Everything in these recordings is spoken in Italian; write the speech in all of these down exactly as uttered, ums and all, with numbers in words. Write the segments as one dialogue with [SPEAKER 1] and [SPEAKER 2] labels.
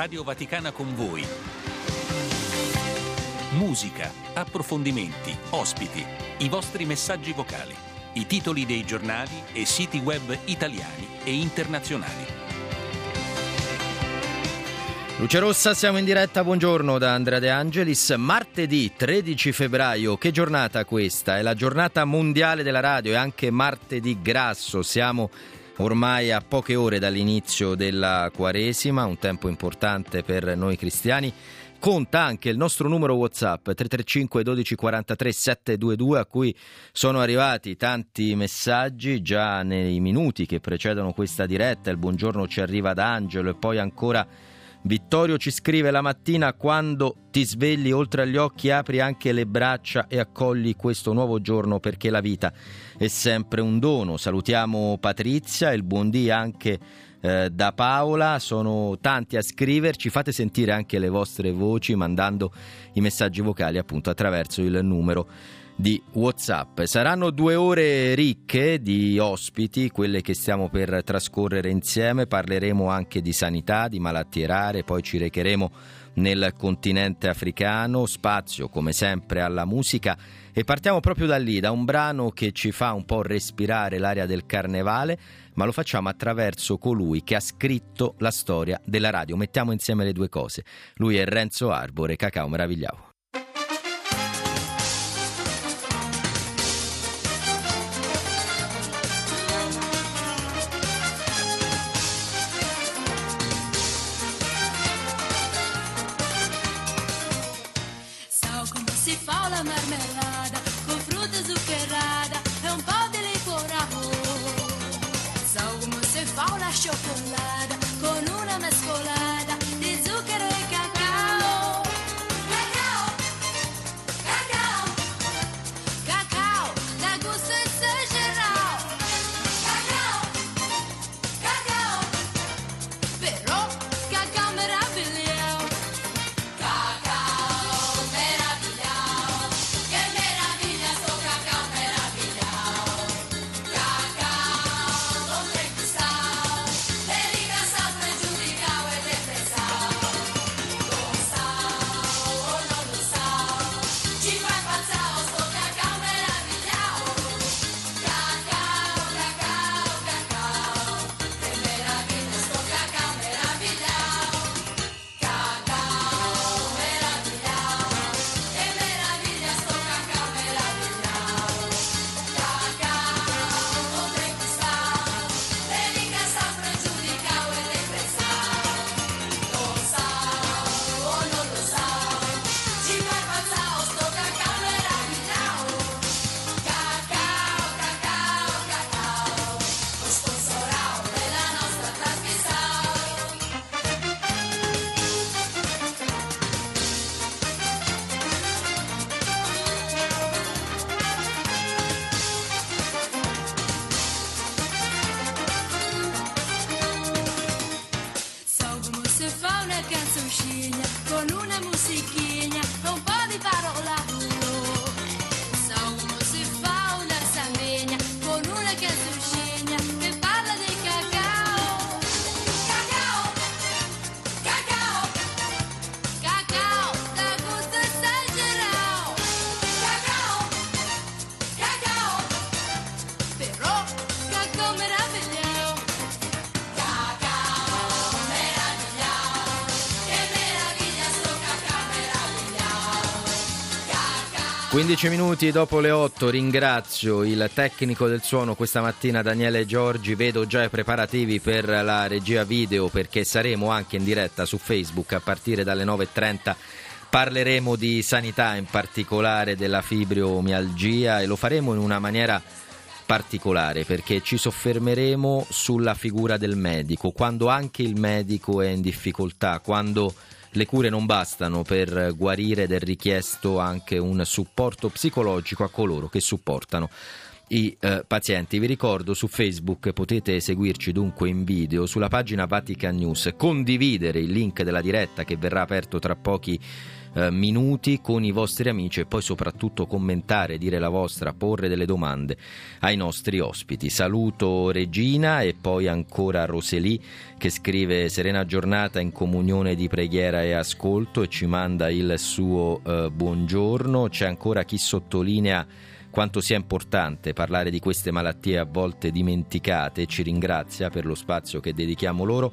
[SPEAKER 1] Radio Vaticana con voi. Musica, approfondimenti, ospiti, i vostri messaggi vocali, i titoli dei giornali e siti web italiani e internazionali.
[SPEAKER 2] Luce Rossa, siamo in diretta, buongiorno da Andrea De Angelis. Martedì tredici febbraio, che giornata questa? È la giornata mondiale della radio e anche martedì grasso. Siamo ormai a poche ore dall'inizio della Quaresima, un tempo importante per noi cristiani. Conta anche il nostro numero WhatsApp tre tre cinque uno due quattro tre sette due due, a cui sono arrivati tanti messaggi già nei minuti che precedono questa diretta. Il buongiorno ci arriva da Angelo e poi ancora Vittorio ci scrive: la mattina quando ti svegli, oltre agli occhi apri anche le braccia e accogli questo nuovo giorno, perché la vita è sempre un dono. Salutiamo Patrizia, il buondì anche eh, da Paola. Sono tanti a scriverci, fate sentire anche le vostre voci mandando i messaggi vocali appunto attraverso il numero di WhatsApp. Saranno due ore ricche di ospiti, quelle che stiamo per trascorrere insieme. Parleremo anche di sanità, di malattie rare, poi ci recheremo nel continente africano, spazio come sempre alla musica e partiamo proprio da lì, da un brano che ci fa un po' respirare l'aria del carnevale, ma lo facciamo attraverso colui che ha scritto la storia della radio. Mettiamo insieme le due cose. Lui è Renzo Arbore, Cacao Meravigliao.
[SPEAKER 3] Cioccolata con una mescolata di zucchero e cacao. Cacao, cacao, cacao, da gusto esagerato. Cacao, cacao, però cacao meraviglioso. Cacao meraviglioso, che meraviglia sto cacao meraviglioso. Cacao, donde sta?
[SPEAKER 2] quindici minuti dopo le otto, ringrazio il tecnico del suono questa mattina, Daniele Giorgi. Vedo già i preparativi per la regia video, perché saremo anche in diretta su Facebook a partire dalle nove e trenta. Parleremo di sanità, in particolare della fibromialgia, e lo faremo in una maniera particolare perché ci soffermeremo sulla figura del medico, quando anche il medico è in difficoltà, quando le cure non bastano per guarire ed è richiesto anche un supporto psicologico a coloro che supportano i eh, pazienti. Vi ricordo, su Facebook potete seguirci dunque in video sulla pagina Vatican News, condividere il link della diretta che verrà aperto tra pochi eh, minuti con i vostri amici e poi soprattutto commentare, dire la vostra, porre delle domande ai nostri ospiti. Saluto Regina e poi ancora Roseli che scrive: serena giornata in comunione di preghiera e ascolto, e ci manda il suo eh, buongiorno. C'è ancora chi sottolinea quanto sia importante parlare di queste malattie a volte dimenticate e ci ringrazia per lo spazio che dedichiamo loro.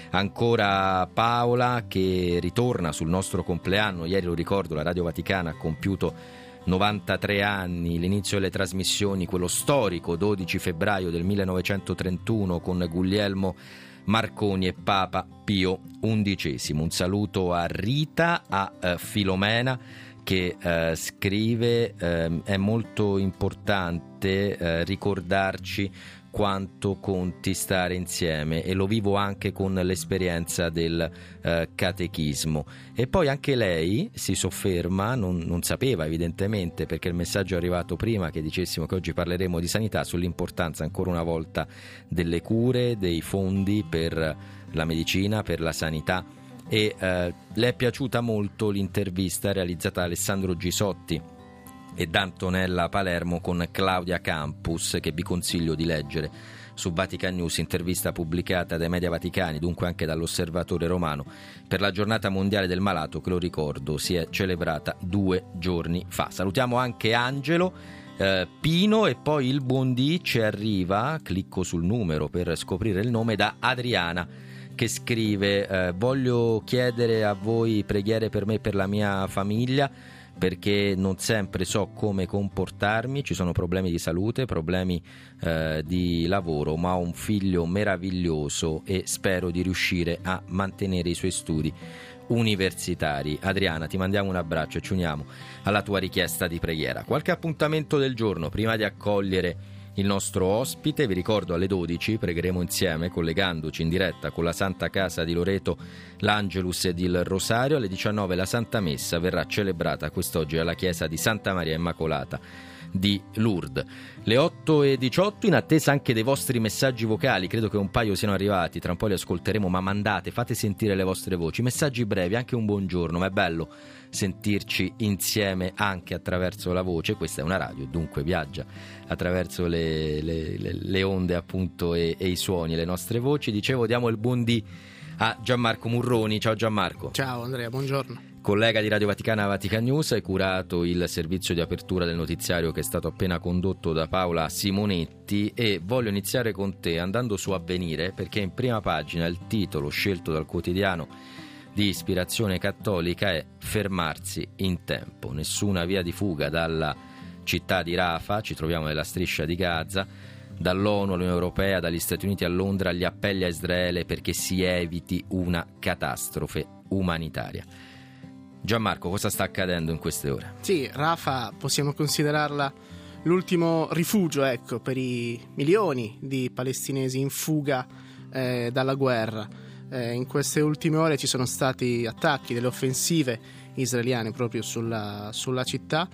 [SPEAKER 2] Ancora Paola che ritorna sul nostro compleanno. Ieri, lo ricordo, la Radio Vaticana ha compiuto novantatré anni, l'inizio delle trasmissioni, quello storico dodici febbraio del millenovecentotrentuno con Guglielmo Marconi e Papa Pio undicesimo. Un saluto a Rita, a eh, Filomena che eh, scrive eh, è molto importante eh, ricordarci quanto conti stare insieme, e lo vivo anche con l'esperienza del eh, catechismo. E poi anche lei si sofferma, non, non sapeva evidentemente perché il messaggio è arrivato prima che dicessimo che oggi parleremo di sanità, sull'importanza ancora una volta delle cure, dei fondi per la medicina, per la sanità. E eh, le è piaciuta molto l'intervista realizzata da Alessandro Gisotti e da Antonella Palermo con Claudia Campus, che vi consiglio di leggere su Vatican News, intervista pubblicata dai media vaticani, dunque anche dall'Osservatore Romano, per la giornata mondiale del malato che, lo ricordo, si è celebrata due giorni fa. Salutiamo anche Angelo, eh, Pino e poi il buondì ci arriva, clicco sul numero per scoprire il nome, da Adriana che scrive eh, voglio chiedere a voi preghiere per me e per la mia famiglia, perché non sempre so come comportarmi, ci sono problemi di salute, problemi eh, di lavoro, ma ho un figlio meraviglioso e spero di riuscire a mantenere i suoi studi universitari. Adriana, ti mandiamo un abbraccio e ci uniamo alla tua richiesta di preghiera. Qualche appuntamento del giorno prima di accogliere il nostro ospite. Vi ricordo, alle dodici pregheremo insieme, collegandoci in diretta con la Santa Casa di Loreto, l'Angelus ed il Rosario. Alle diciannove la Santa Messa verrà celebrata quest'oggi alla chiesa di Santa Maria Immacolata di Lourdes. Le otto e diciotto, in attesa anche dei vostri messaggi vocali, credo che un paio siano arrivati, tra un po' li ascolteremo, ma mandate, fate sentire le vostre voci, messaggi brevi, anche un buongiorno, ma è bello sentirci insieme anche attraverso la voce. Questa è una radio, dunque viaggia attraverso le, le, le, le onde appunto e, e i suoni, le nostre voci. Dicevo, diamo il buondì a Gianmarco Murroni. Ciao Gianmarco.
[SPEAKER 4] Ciao Andrea, buongiorno.
[SPEAKER 2] Collega di Radio Vaticana Vatican News, hai curato il servizio di apertura del notiziario che è stato appena condotto da Paola Simonetti, e voglio iniziare con te andando su Avvenire, perché in prima pagina il titolo scelto dal quotidiano di ispirazione cattolica è "Fermarsi in tempo, nessuna via di fuga dalla città di Rafah", ci troviamo nella striscia di Gaza, dall'ONU all'Unione Europea, dagli Stati Uniti a Londra, gli appelli a Israele perché si eviti una catastrofe umanitaria. Gianmarco, cosa sta accadendo in queste ore?
[SPEAKER 4] Sì, Rafah possiamo considerarla l'ultimo rifugio, ecco, per i milioni di palestinesi in fuga eh, dalla guerra. Eh, in queste ultime ore ci sono stati attacchi, delle offensive israeliane proprio sulla, sulla città.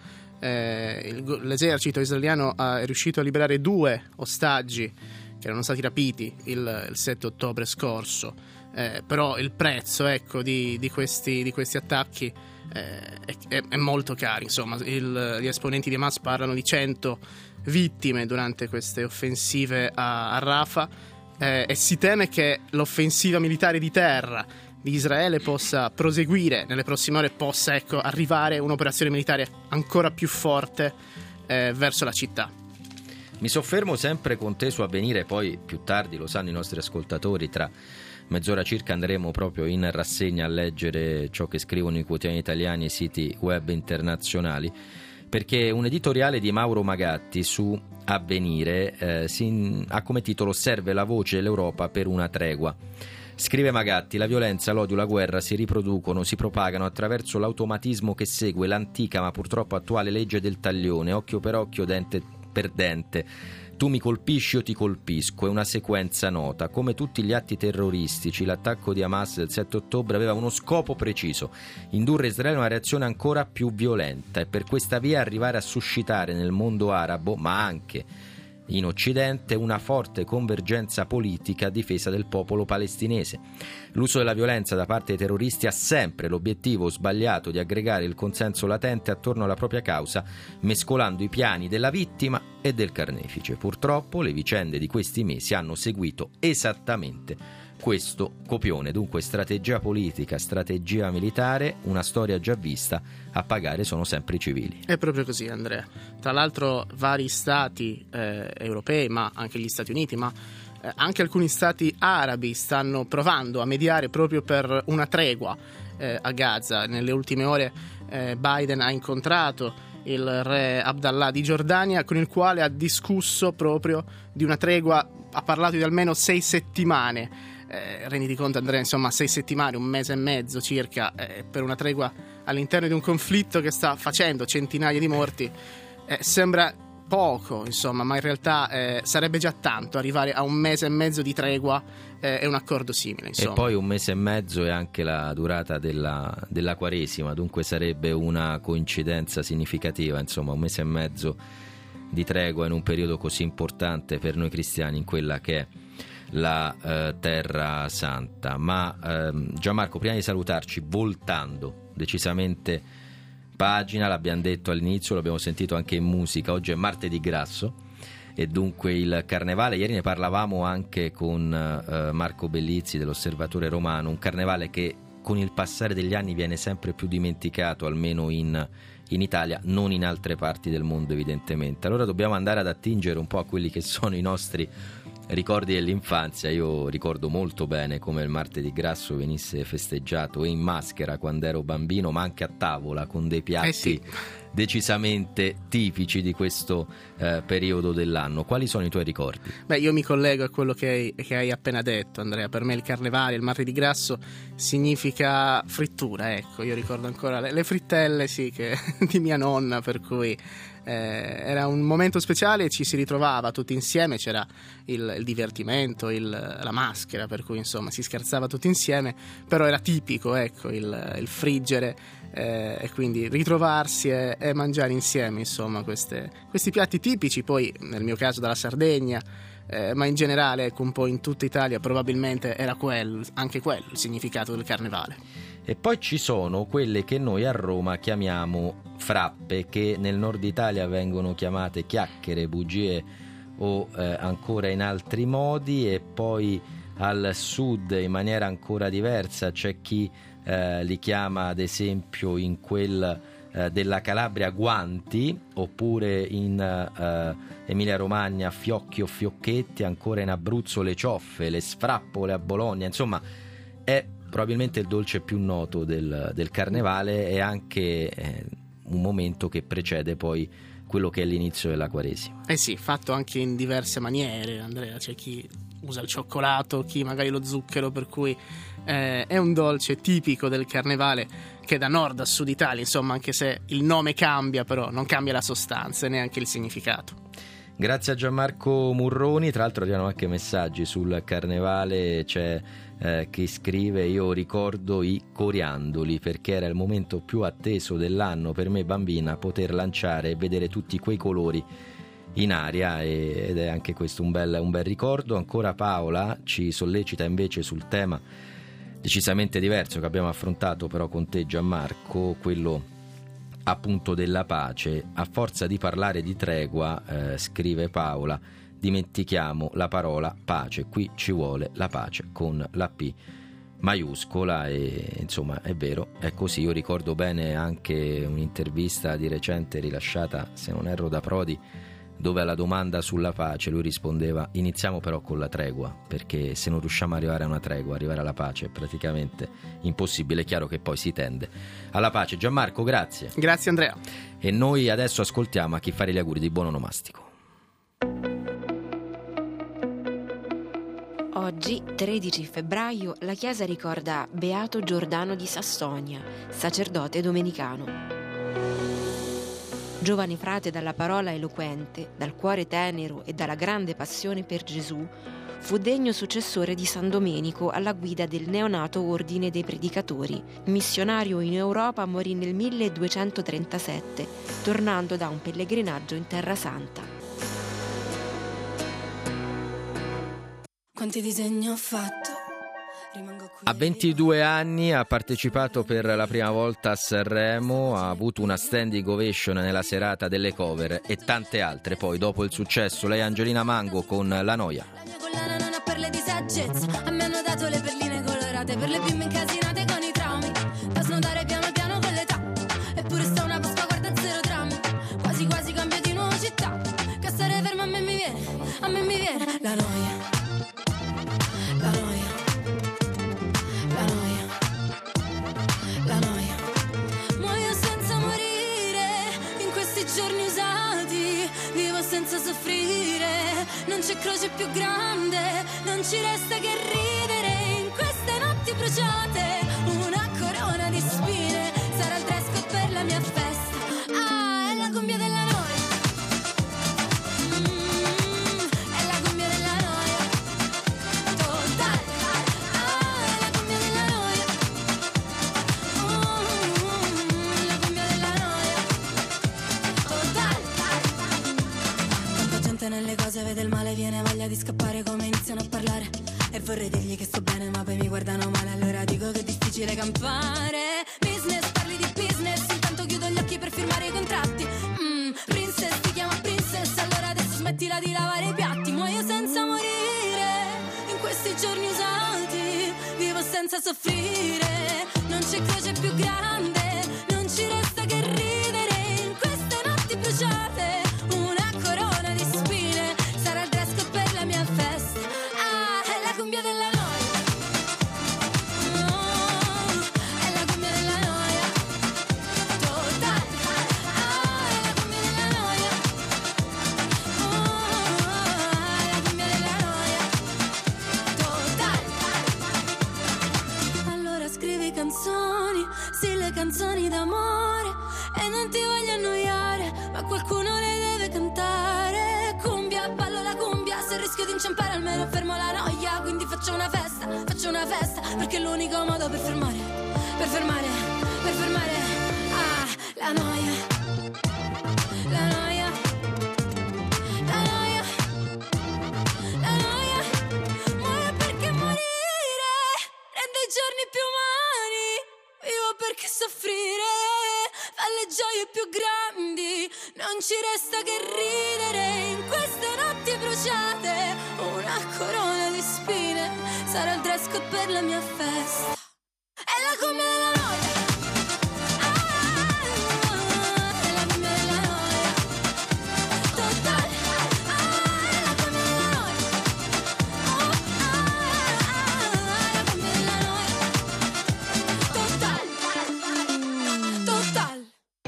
[SPEAKER 4] Eh, il, l'esercito israeliano è riuscito a liberare due ostaggi che erano stati rapiti il, il sette ottobre scorso. Eh, però il prezzo, ecco, di, di, questi, di questi attacchi eh, è, è molto caro. Insomma, il, gli esponenti di Hamas parlano di cento vittime durante queste offensive a, a Rafah, eh, e si teme che l'offensiva militare di terra di Israele possa proseguire nelle prossime ore, possa, ecco, arrivare un'operazione militare ancora più forte eh, verso la città.
[SPEAKER 2] Mi soffermo sempre con te su Avvenire, poi più tardi, lo sanno i nostri ascoltatori, tra mezz'ora circa andremo proprio in rassegna a leggere ciò che scrivono i quotidiani italiani e i siti web internazionali, perché un editoriale di Mauro Magatti su Avvenire eh, si, ha come titolo "Serve la voce dell'Europa per una tregua". Scrive Magatti: la violenza, l'odio, la guerra si riproducono, si propagano attraverso l'automatismo che segue l'antica ma purtroppo attuale legge del taglione, occhio per occhio, dente perdente. Tu mi colpisci, io ti colpisco, è una sequenza nota. Come tutti gli atti terroristici, l'attacco di Hamas del sette ottobre aveva uno scopo preciso: indurre Israele a una reazione ancora più violenta e per questa via arrivare a suscitare nel mondo arabo, ma anche in Occidente, una forte convergenza politica a difesa del popolo palestinese. L'uso della violenza da parte dei terroristi ha sempre l'obiettivo sbagliato di aggregare il consenso latente attorno alla propria causa, mescolando i piani della vittima e del carnefice. Purtroppo le vicende di questi mesi hanno seguito esattamente questo copione. Dunque strategia politica, strategia militare, una storia già vista, a pagare sono sempre i civili.
[SPEAKER 4] È proprio così, Andrea. Tra l'altro vari stati eh, europei, ma anche gli Stati Uniti, ma eh, anche alcuni stati arabi stanno provando a mediare proprio per una tregua eh, a Gaza. Nelle ultime ore eh, Biden ha incontrato il re Abdallah di Giordania, con il quale ha discusso proprio di una tregua, ha parlato di almeno sei settimane. Eh, renditi conto, Andrea, insomma, sei settimane, un mese e mezzo circa, eh, per una tregua all'interno di un conflitto che sta facendo centinaia di morti, eh, sembra poco, insomma, ma in realtà eh, sarebbe già tanto arrivare a un mese e mezzo di tregua eh, e un accordo simile, insomma.
[SPEAKER 2] E poi un mese e mezzo è anche la durata della, della Quaresima, dunque sarebbe una coincidenza significativa, insomma, un mese e mezzo di tregua in un periodo così importante per noi cristiani in quella che è la eh, Terra Santa. Ma ehm, Gianmarco, prima di salutarci, voltando decisamente pagina, l'abbiamo detto all'inizio, l'abbiamo sentito anche in musica, oggi è martedì grasso e dunque il carnevale, ieri ne parlavamo anche con eh, Marco Bellizzi dell'Osservatore Romano, un carnevale che con il passare degli anni viene sempre più dimenticato, almeno in, in Italia, non in altre parti del mondo evidentemente. Allora dobbiamo andare ad attingere un po' a quelli che sono i nostri ricordi dell'infanzia. Io ricordo molto bene come il martedì grasso venisse festeggiato e in maschera quando ero bambino, ma anche a tavola con dei piatti eh sì. decisamente tipici di questo eh, periodo dell'anno. Quali sono i tuoi ricordi?
[SPEAKER 4] Beh, io mi collego a quello che hai, che hai appena detto, Andrea. Per me il carnevale, il martedì grasso significa frittura, ecco. Io ricordo ancora le, le frittelle, sì, che, di mia nonna, per cui Eh, era un momento speciale e ci si ritrovava tutti insieme, c'era il, il divertimento, il, la maschera, per cui insomma si scherzava tutti insieme, però era tipico, ecco, il, il friggere eh, e quindi ritrovarsi e, e mangiare insieme, insomma, queste, questi piatti tipici, poi nel mio caso dalla Sardegna, eh, ma in generale, ecco, un po' in tutta Italia probabilmente era quello, anche quello il significato del carnevale.
[SPEAKER 2] E poi ci sono quelle che noi a Roma chiamiamo frappe, che nel nord Italia vengono chiamate chiacchiere, bugie o eh, ancora in altri modi, e poi al sud in maniera ancora diversa c'è chi eh, li chiama ad esempio in quel eh, della Calabria guanti, oppure in eh, Emilia Romagna fiocchi o fiocchetti, ancora in Abruzzo le cioffe, le sfrappole a Bologna, insomma è probabilmente il dolce più noto del, del carnevale e anche eh, un momento che precede poi quello che è l'inizio della Quaresima.
[SPEAKER 4] Eh sì, fatto anche in diverse maniere, Andrea, c'è chi usa il cioccolato, chi magari lo zucchero, per cui eh, è un dolce tipico del carnevale che da nord a sud Italia, insomma, anche se il nome cambia, però non cambia la sostanza e neanche il significato.
[SPEAKER 2] Grazie a Gianmarco Murroni. Tra l'altro arrivano anche messaggi sul carnevale, c'è eh, chi scrive: io ricordo i coriandoli perché era il momento più atteso dell'anno per me bambina, poter lanciare e vedere tutti quei colori in aria, e, ed è anche questo un bel, un bel ricordo. Ancora Paola ci sollecita invece sul tema decisamente diverso che abbiamo affrontato però con te, Gianmarco, quello appunto della pace. A forza di parlare di tregua, eh, scrive Paola, dimentichiamo la parola pace, qui ci vuole la pace con la P maiuscola, e insomma è vero, è così. Io ricordo bene anche un'intervista di recente rilasciata, se non erro, da Prodi, dove alla domanda sulla pace lui rispondeva: iniziamo però con la tregua, perché se non riusciamo ad arrivare a una tregua, arrivare alla pace è praticamente impossibile. È chiaro che poi si tende alla pace. Gianmarco, grazie.
[SPEAKER 4] Grazie Andrea.
[SPEAKER 2] E noi adesso ascoltiamo a chi fare gli auguri di buon onomastico.
[SPEAKER 5] Oggi, tredici febbraio, la Chiesa ricorda Beato Giordano di Sassonia, sacerdote domenicano. Giovane frate dalla parola eloquente, dal cuore tenero e dalla grande passione per Gesù, fu degno successore di San Domenico alla guida del neonato Ordine dei Predicatori. Missionario in Europa, morì nel milleduecentotrentasette, tornando da un pellegrinaggio in Terra Santa.
[SPEAKER 3] Quanti disegni ho fatto? Rimango qui.
[SPEAKER 2] A ventidue anni ha partecipato per la prima volta a Sanremo, ha avuto una standing ovation nella serata delle cover e tante altre. Poi, dopo il successo, lei Angelina Mango con La Noia.
[SPEAKER 3] La mia collana non ha perle di saggezza. A me hanno dato le perline colorate per le bimbe incasinate con i traumi, da snodare piano piano con l'età. Eppure sta una Pasqua, guarda, zero drammi. Quasi quasi cambio di nuovo città. Che stare fermo a me mi viene, a me mi viene la noia. La noia. La noia. La noia. Muoio senza morire in questi giorni usati. Vivo senza soffrire. Non c'è croce più grande. Non ci resta che ridere in queste notti bruciate. Una corona di spine sarà il dress code per la mia festa. Ah, è la cumbia della noia. Mm, è la cumbia della noia. Totale. Ah, è la cumbia della noia. Mm, la cumbia della noia. Totale. Tanta gente nelle cose vede il male, viene voglia di scappare come iniziano a parlare. E vorrei dirgli che sto bene ma poi mi guardano male, allora dico che è difficile campare. Business, parli di business, intanto chiudo gli occhi per firmare i contratti. Mm, princess, ti chiama princess, allora adesso smettila di lavare i piatti. Muoio senza morire in questi giorni usati. Vivo senza soffrire, non c'è croce più grande. Non ci resta che ridere in queste notti bruciate. Una corona di spine sarà il dress code per la mia festa. Ah, è la cumbia della noia. Oh, è la cumbia della noia. Totale. Ah, è la cumbia della noia. Oh, è la cumbia della noia. Totale. Allora scrivi canzoni, sì, le canzoni d'amore, e non ti voglio annoiare, ma qualcuno le deve cantare. Cumbia, ballo la cumbia, se rischio di inciampare almeno fermo la noia. Quindi faccio una festa, faccio una festa, perché è l'unico modo per fermare, per fermare, per fermare, ah, la noia. La noia. La noia. La noia. Muoio perché morire rende i giorni più umani. Vivo perché soffrire fa le gioie più grandi. Non ci resta che ridere in queste notti bruciate. Una corona di spine sarà il dress code per la mia festa. È la cumbia della noia. Ah, è la cumbia della noia. Totale. Ah, è la cumbia della noia. Oh, ah, è la cumbia della noia. Totale. Totale.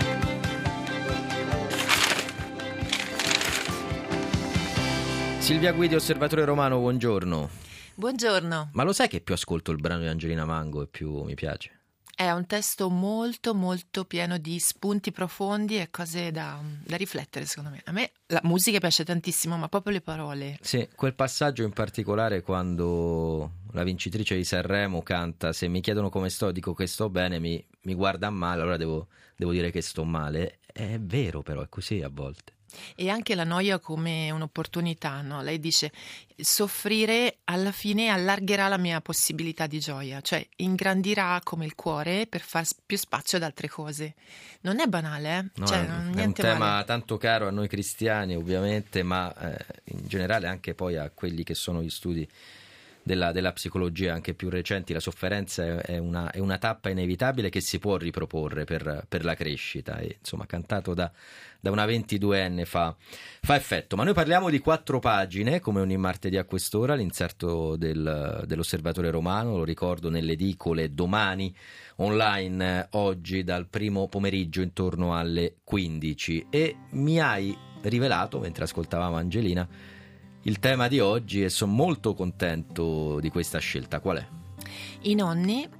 [SPEAKER 2] Silvia Guidi, Osservatore Romano, buongiorno.
[SPEAKER 6] Buongiorno.
[SPEAKER 2] Ma lo sai che più ascolto il brano di Angelina Mango e più mi piace?
[SPEAKER 6] È un testo molto molto pieno di spunti profondi e cose da, da riflettere, secondo me. A me la musica piace tantissimo, ma proprio le parole.
[SPEAKER 2] Sì, quel passaggio in particolare quando la vincitrice di Sanremo canta "Se mi chiedono come sto, dico che sto bene, mi, mi guarda male, allora devo, devo dire che sto male". È vero, però è così a volte.
[SPEAKER 6] E anche la noia come un'opportunità, no? Lei dice: soffrire alla fine allargherà la mia possibilità di gioia, cioè ingrandirà come il cuore per far più spazio ad altre cose. Non è banale, eh?
[SPEAKER 2] No,
[SPEAKER 6] Cioè,
[SPEAKER 2] è,
[SPEAKER 6] non-
[SPEAKER 2] è un
[SPEAKER 6] niente
[SPEAKER 2] tema
[SPEAKER 6] male.
[SPEAKER 2] tanto caro a noi cristiani, ovviamente, ma eh, in generale anche poi a quelli che sono gli studi della, della psicologia anche più recenti. La sofferenza è, è, una, è una tappa inevitabile che si può riproporre per, per la crescita, e insomma cantato da, da una ventiduenne fa, fa effetto. Ma noi parliamo di quattro pagine, come ogni martedì a quest'ora, l'inserto del, dell'Osservatore Romano, lo ricordo, nelle edicole domani, online eh, oggi dal primo pomeriggio intorno alle quindici. E mi hai rivelato, mentre ascoltavamo Angelina, il tema di oggi, e sono molto contento di questa scelta. Qual è?
[SPEAKER 6] I nonni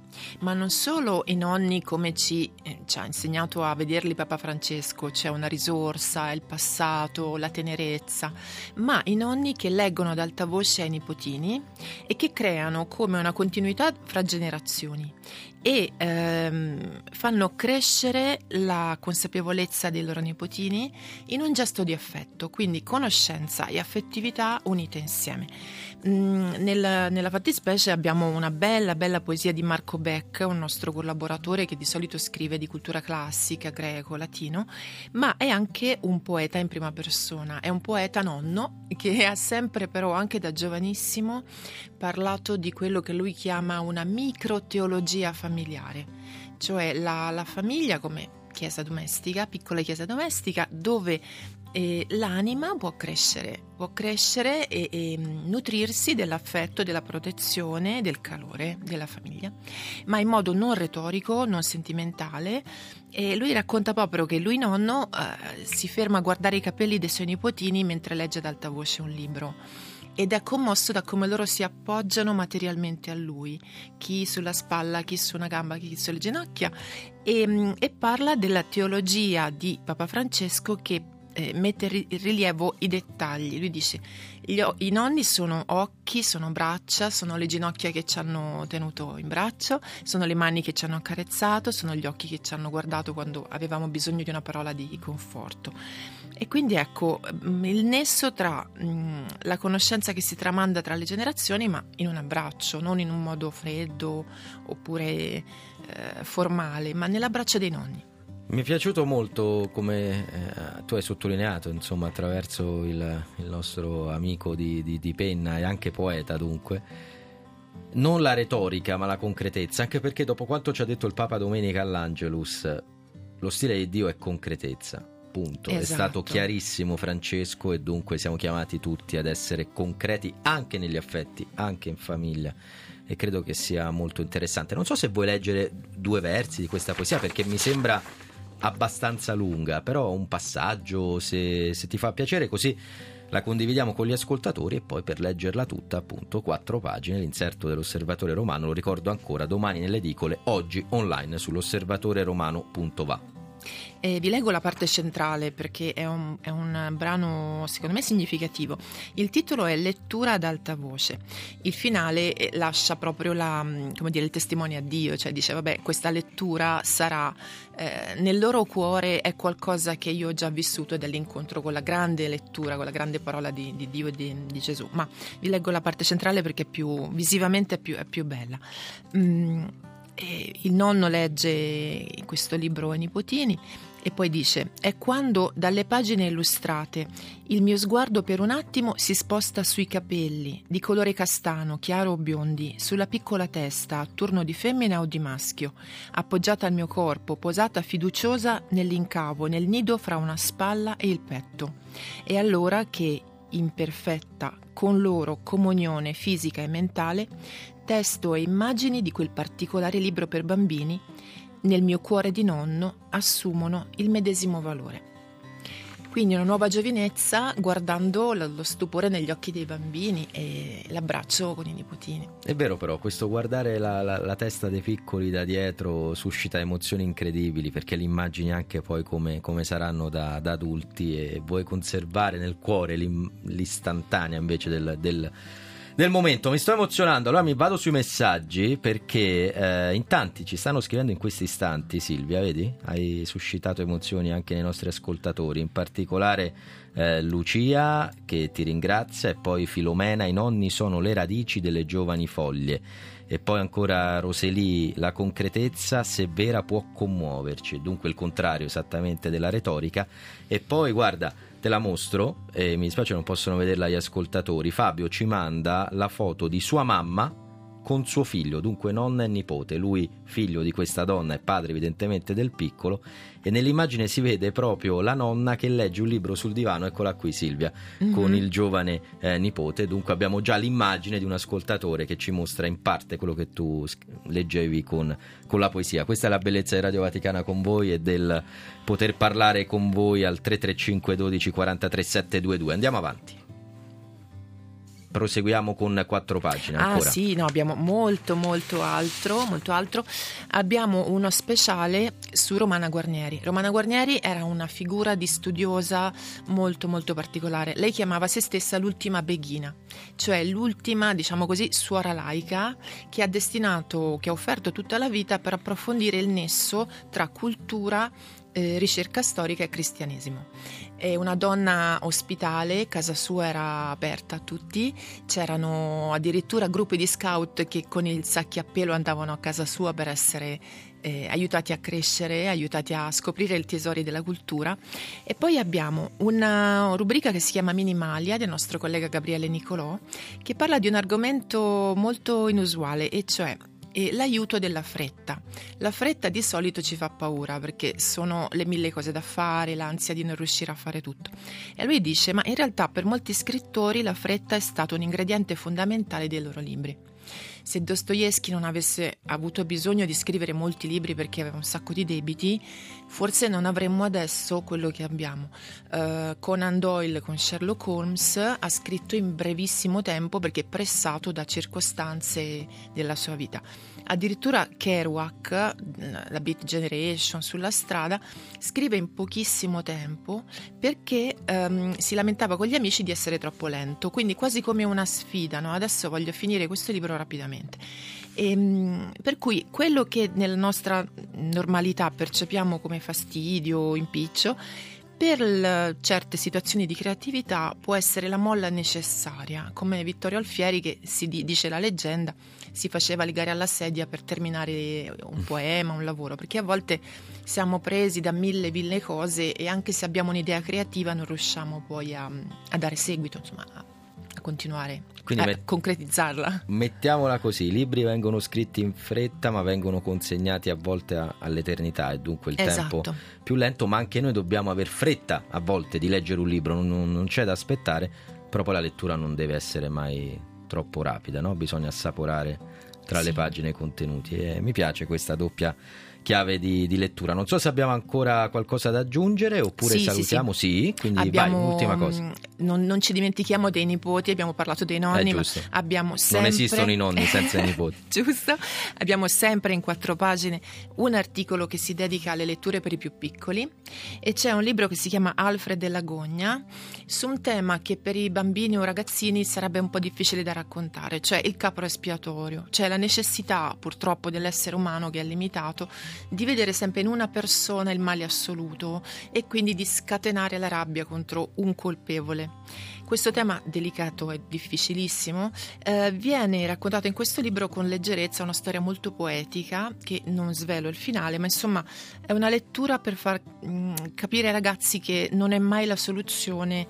[SPEAKER 6] Ma non solo i nonni come ci, eh, ci ha insegnato a vederli Papa Francesco, c'è una risorsa, il passato, la tenerezza, ma i nonni che leggono ad alta voce ai nipotini e che creano come una continuità fra generazioni e ehm, fanno crescere la consapevolezza dei loro nipotini in un gesto di affetto, quindi conoscenza e affettività unite insieme. Mm, nel, nella fattispecie abbiamo una bella bella poesia di Marco Beck, un nostro collaboratore che di solito scrive di cultura classica, greco, latino, ma è anche un poeta in prima persona, è un poeta nonno che ha sempre però anche da giovanissimo parlato di quello che lui chiama una microteologia familiare, cioè la, la famiglia come chiesa domestica, piccola chiesa domestica, dove eh, l'anima può crescere, può crescere e, e nutrirsi dell'affetto, della protezione, del calore della famiglia, ma in modo non retorico, non sentimentale. E lui racconta proprio che lui nonno eh, si ferma a guardare i capelli dei suoi nipotini mentre legge ad alta voce un libro. Ed è commosso da come loro si appoggiano materialmente a lui, chi sulla spalla, chi su una gamba, chi sulle ginocchia, e, e parla della teologia di Papa Francesco che eh, mette in rilievo i dettagli. Lui dice: gli, i nonni sono occhi, sono braccia, sono le ginocchia che ci hanno tenuto in braccio, sono le mani che ci hanno accarezzato, sono gli occhi che ci hanno guardato quando avevamo bisogno di una parola di conforto. E quindi ecco il nesso tra mh, la conoscenza che si tramanda tra le generazioni, ma in un abbraccio, non in un modo freddo oppure eh, formale, ma nell'abbraccio dei nonni.
[SPEAKER 2] Mi è piaciuto molto come eh, tu hai sottolineato, insomma, attraverso il, il nostro amico di, di, di penna e anche poeta, dunque, non la retorica ma la concretezza, anche perché dopo quanto ci ha detto il Papa domenica all'Angelus, lo stile di Dio è concretezza. Punto.
[SPEAKER 6] Esatto.
[SPEAKER 2] È stato chiarissimo Francesco, e dunque siamo chiamati tutti ad essere concreti anche negli affetti, anche in famiglia, e credo che sia molto interessante. Non so se vuoi leggere due versi di questa poesia, perché mi sembra abbastanza lunga, però un passaggio, se, se ti fa piacere, così la condividiamo con gli ascoltatori, e poi per leggerla tutta, appunto, quattro pagine, l'inserto dell'Osservatore Romano, lo ricordo ancora, domani nelle edicole, oggi online sull'osservatore romano punto va.
[SPEAKER 6] Eh, vi leggo la parte centrale perché è un, è un brano secondo me significativo. Il titolo è Lettura ad alta voce. Il finale lascia proprio la, come dire, il testimone a Dio, cioè dice vabbè, questa lettura sarà eh, nel loro cuore, è qualcosa che io ho già vissuto, ed è l'incontro con la grande lettura, con la grande parola di, di Dio e di, di Gesù. Ma vi leggo la parte centrale perché è più visivamente è più, è più bella. Mm. Il nonno legge questo libro ai nipotini e poi dice: è quando dalle pagine illustrate il mio sguardo per un attimo si sposta sui capelli di colore castano, chiaro o biondi, sulla piccola testa a turno di femmina o di maschio, appoggiata al mio corpo, posata fiduciosa nell'incavo, nel nido fra una spalla e il petto. È allora che, in perfetta con loro comunione fisica e mentale, testo e immagini di quel particolare libro per bambini nel mio cuore di nonno assumono il medesimo valore. Quindi una nuova giovinezza guardando lo stupore negli occhi dei bambini e l'abbraccio con i nipotini.
[SPEAKER 2] È vero, però questo guardare la, la, la testa dei piccoli da dietro suscita emozioni incredibili, perché li immagini anche poi come, come saranno da, da adulti, e vuoi conservare nel cuore l'istantanea invece del, del Nel momento. Mi sto emozionando, allora mi vado sui messaggi, perché eh, in tanti ci stanno scrivendo in questi istanti. Silvia, vedi? Hai suscitato emozioni anche nei nostri ascoltatori, in particolare eh, Lucia, che ti ringrazia, e poi Filomena: i nonni sono le radici delle giovani foglie. E poi ancora Roseli: la concretezza, se vera, può commuoverci, dunque il contrario esattamente della retorica. E poi guarda, te la mostro, e mi dispiace non possono vederla gli ascoltatori. Fabio ci manda la foto di sua mamma con suo figlio, dunque nonna e nipote, lui figlio di questa donna e padre evidentemente del piccolo, e nell'immagine si vede proprio la nonna che legge un libro sul divano, eccola qui Silvia, mm-hmm. con il giovane eh, nipote. Dunque abbiamo già l'immagine di un ascoltatore che ci mostra in parte quello che tu leggevi con, con la poesia. Questa è la bellezza di Radio Vaticana con voi, e del poter parlare con voi al tre tre cinque uno due quarantatré settecentoventidue. Andiamo avanti. proseguiamo con quattro pagine ancora.
[SPEAKER 6] Ah sì, no, abbiamo molto molto altro, molto altro. Abbiamo uno speciale su Romana Guarnieri. Romana Guarnieri era una figura di studiosa molto molto particolare. Lei chiamava se stessa l'ultima beghina, cioè l'ultima, diciamo così, suora laica che ha destinato, che ha offerto tutta la vita per approfondire il nesso tra cultura, eh, ricerca storica e cristianesimo. È una donna ospitale, casa sua era aperta a tutti, c'erano addirittura gruppi di scout che con i sacchi a pelo andavano a casa sua per essere eh, aiutati a crescere, aiutati a scoprire i tesori della cultura. E poi abbiamo una rubrica che si chiama Minimalia del nostro collega Gabriele Nicolò, che parla di un argomento molto inusuale, e cioè e l'aiuto della fretta. La fretta di solito ci fa paura perché sono le mille cose da fare, l'ansia di non riuscire a fare tutto. E lui dice: ma in realtà per molti scrittori la fretta è stato un ingrediente fondamentale dei loro libri. Se Dostoevskij non avesse avuto bisogno di scrivere molti libri perché aveva un sacco di debiti, forse non avremmo adesso quello che abbiamo. Uh, Conan Doyle con Sherlock Holmes ha scritto in brevissimo tempo perché pressato da circostanze della sua vita. Addirittura Kerouac, la Beat Generation, Sulla strada, scrive in pochissimo tempo perché um, si lamentava con gli amici di essere troppo lento, quindi quasi come una sfida, no? Adesso voglio finire questo libro rapidamente. E, um, per cui quello che nella nostra normalità percepiamo come fastidio, impiccio, per l- certe situazioni di creatività può essere la molla necessaria, come Vittorio Alfieri, che si di- dice la leggenda si faceva legare alla sedia per terminare un poema, un lavoro, perché a volte siamo presi da mille mille cose e anche se abbiamo un'idea creativa non riusciamo poi a, a dare seguito, insomma a, a continuare. Quindi a met- concretizzarla.
[SPEAKER 2] Mettiamola così: i libri vengono scritti in fretta ma vengono consegnati a volte a- all'eternità, e dunque il
[SPEAKER 6] esatto.
[SPEAKER 2] tempo più lento, ma anche noi dobbiamo aver fretta a volte di leggere un libro, non, non c'è da aspettare, però poi la lettura non deve essere mai troppo rapida, no? Bisogna assaporare tra sì. le pagine i contenuti, e mi piace questa doppia chiave di, di lettura. Non so se abbiamo ancora qualcosa da aggiungere oppure
[SPEAKER 6] sì,
[SPEAKER 2] salutiamo. Sì, sì. Quindi
[SPEAKER 6] abbiamo,
[SPEAKER 2] vai, ultima cosa.
[SPEAKER 6] Non, non ci dimentichiamo dei nipoti, abbiamo parlato dei nonni, ma abbiamo sempre...
[SPEAKER 2] Non esistono i nonni senza i nipoti.
[SPEAKER 6] Giusto? Abbiamo sempre in quattro pagine un articolo che si dedica alle letture per i più piccoli, e c'è un libro che si chiama Alfred e l'Agogna, su un tema che per i bambini o ragazzini sarebbe un po' difficile da raccontare, cioè il capro espiatorio, cioè la necessità purtroppo dell'essere umano, che è limitato, di vedere sempre in una persona il male assoluto e quindi di scatenare la rabbia contro un colpevole. Questo tema delicato e difficilissimo eh, viene raccontato in questo libro con leggerezza, una storia molto poetica che non svelo il finale, ma insomma è una lettura per far mh, capire ai ragazzi che non è mai la soluzione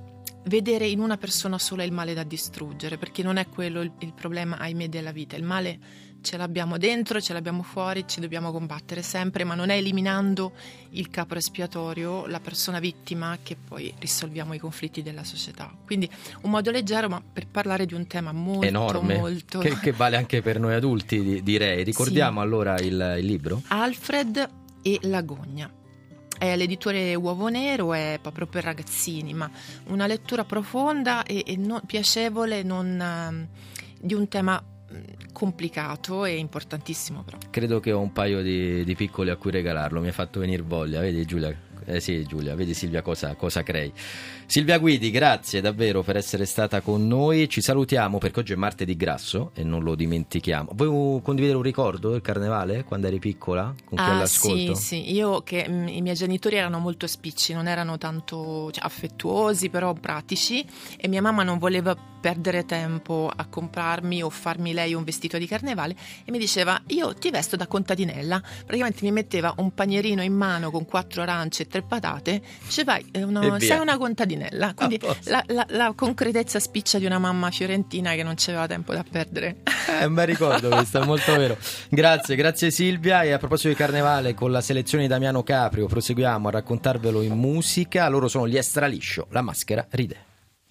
[SPEAKER 6] vedere in una persona sola il male da distruggere, perché non è quello il, il problema, ahimè, della vita. Il male ce l'abbiamo dentro, ce l'abbiamo fuori, ci dobbiamo combattere sempre, ma non è eliminando il capro espiatorio, la persona vittima, che poi risolviamo i conflitti della società. Quindi un modo leggero, ma per parlare di un tema molto
[SPEAKER 2] enorme,
[SPEAKER 6] molto
[SPEAKER 2] che, che vale anche per noi adulti, direi. Ricordiamo sì. allora il, il libro
[SPEAKER 6] Alfred e l'Agogna. È l'editore Uovo Nero, è proprio per ragazzini, ma una lettura profonda e, e non, piacevole, non, di un tema complicato e importantissimo. Però
[SPEAKER 2] credo che ho un paio di, di piccoli a cui regalarlo, mi ha fatto venire voglia, vedi Giulia? Eh sì Giulia, vedi Silvia cosa, cosa crei. Silvia Guidi, grazie davvero per essere stata con noi, ci salutiamo perché oggi è martedì grasso e non lo dimentichiamo. Vuoi condividere un ricordo del carnevale quando eri piccola con chi
[SPEAKER 6] ah,
[SPEAKER 2] all'ascolto?
[SPEAKER 6] Sì, sì, io che mh, i miei genitori erano molto spicci, non erano tanto cioè, affettuosi, però pratici, e mia mamma non voleva perdere tempo a comprarmi o farmi lei un vestito di carnevale e mi diceva: io ti vesto da contadinella. Praticamente mi metteva un panierino in mano con quattro arance e tre patate, dice vai, uno, sei una contadinella. Quindi la, la, la concretezza spiccia di una mamma fiorentina che non c'aveva tempo da perdere.
[SPEAKER 2] È un bel ricordo questo, è molto vero. Grazie, grazie Silvia. E a proposito di carnevale, con la selezione di Damiano Caprio proseguiamo a raccontarvelo in musica. Loro sono gli Extraliscio, La maschera ride.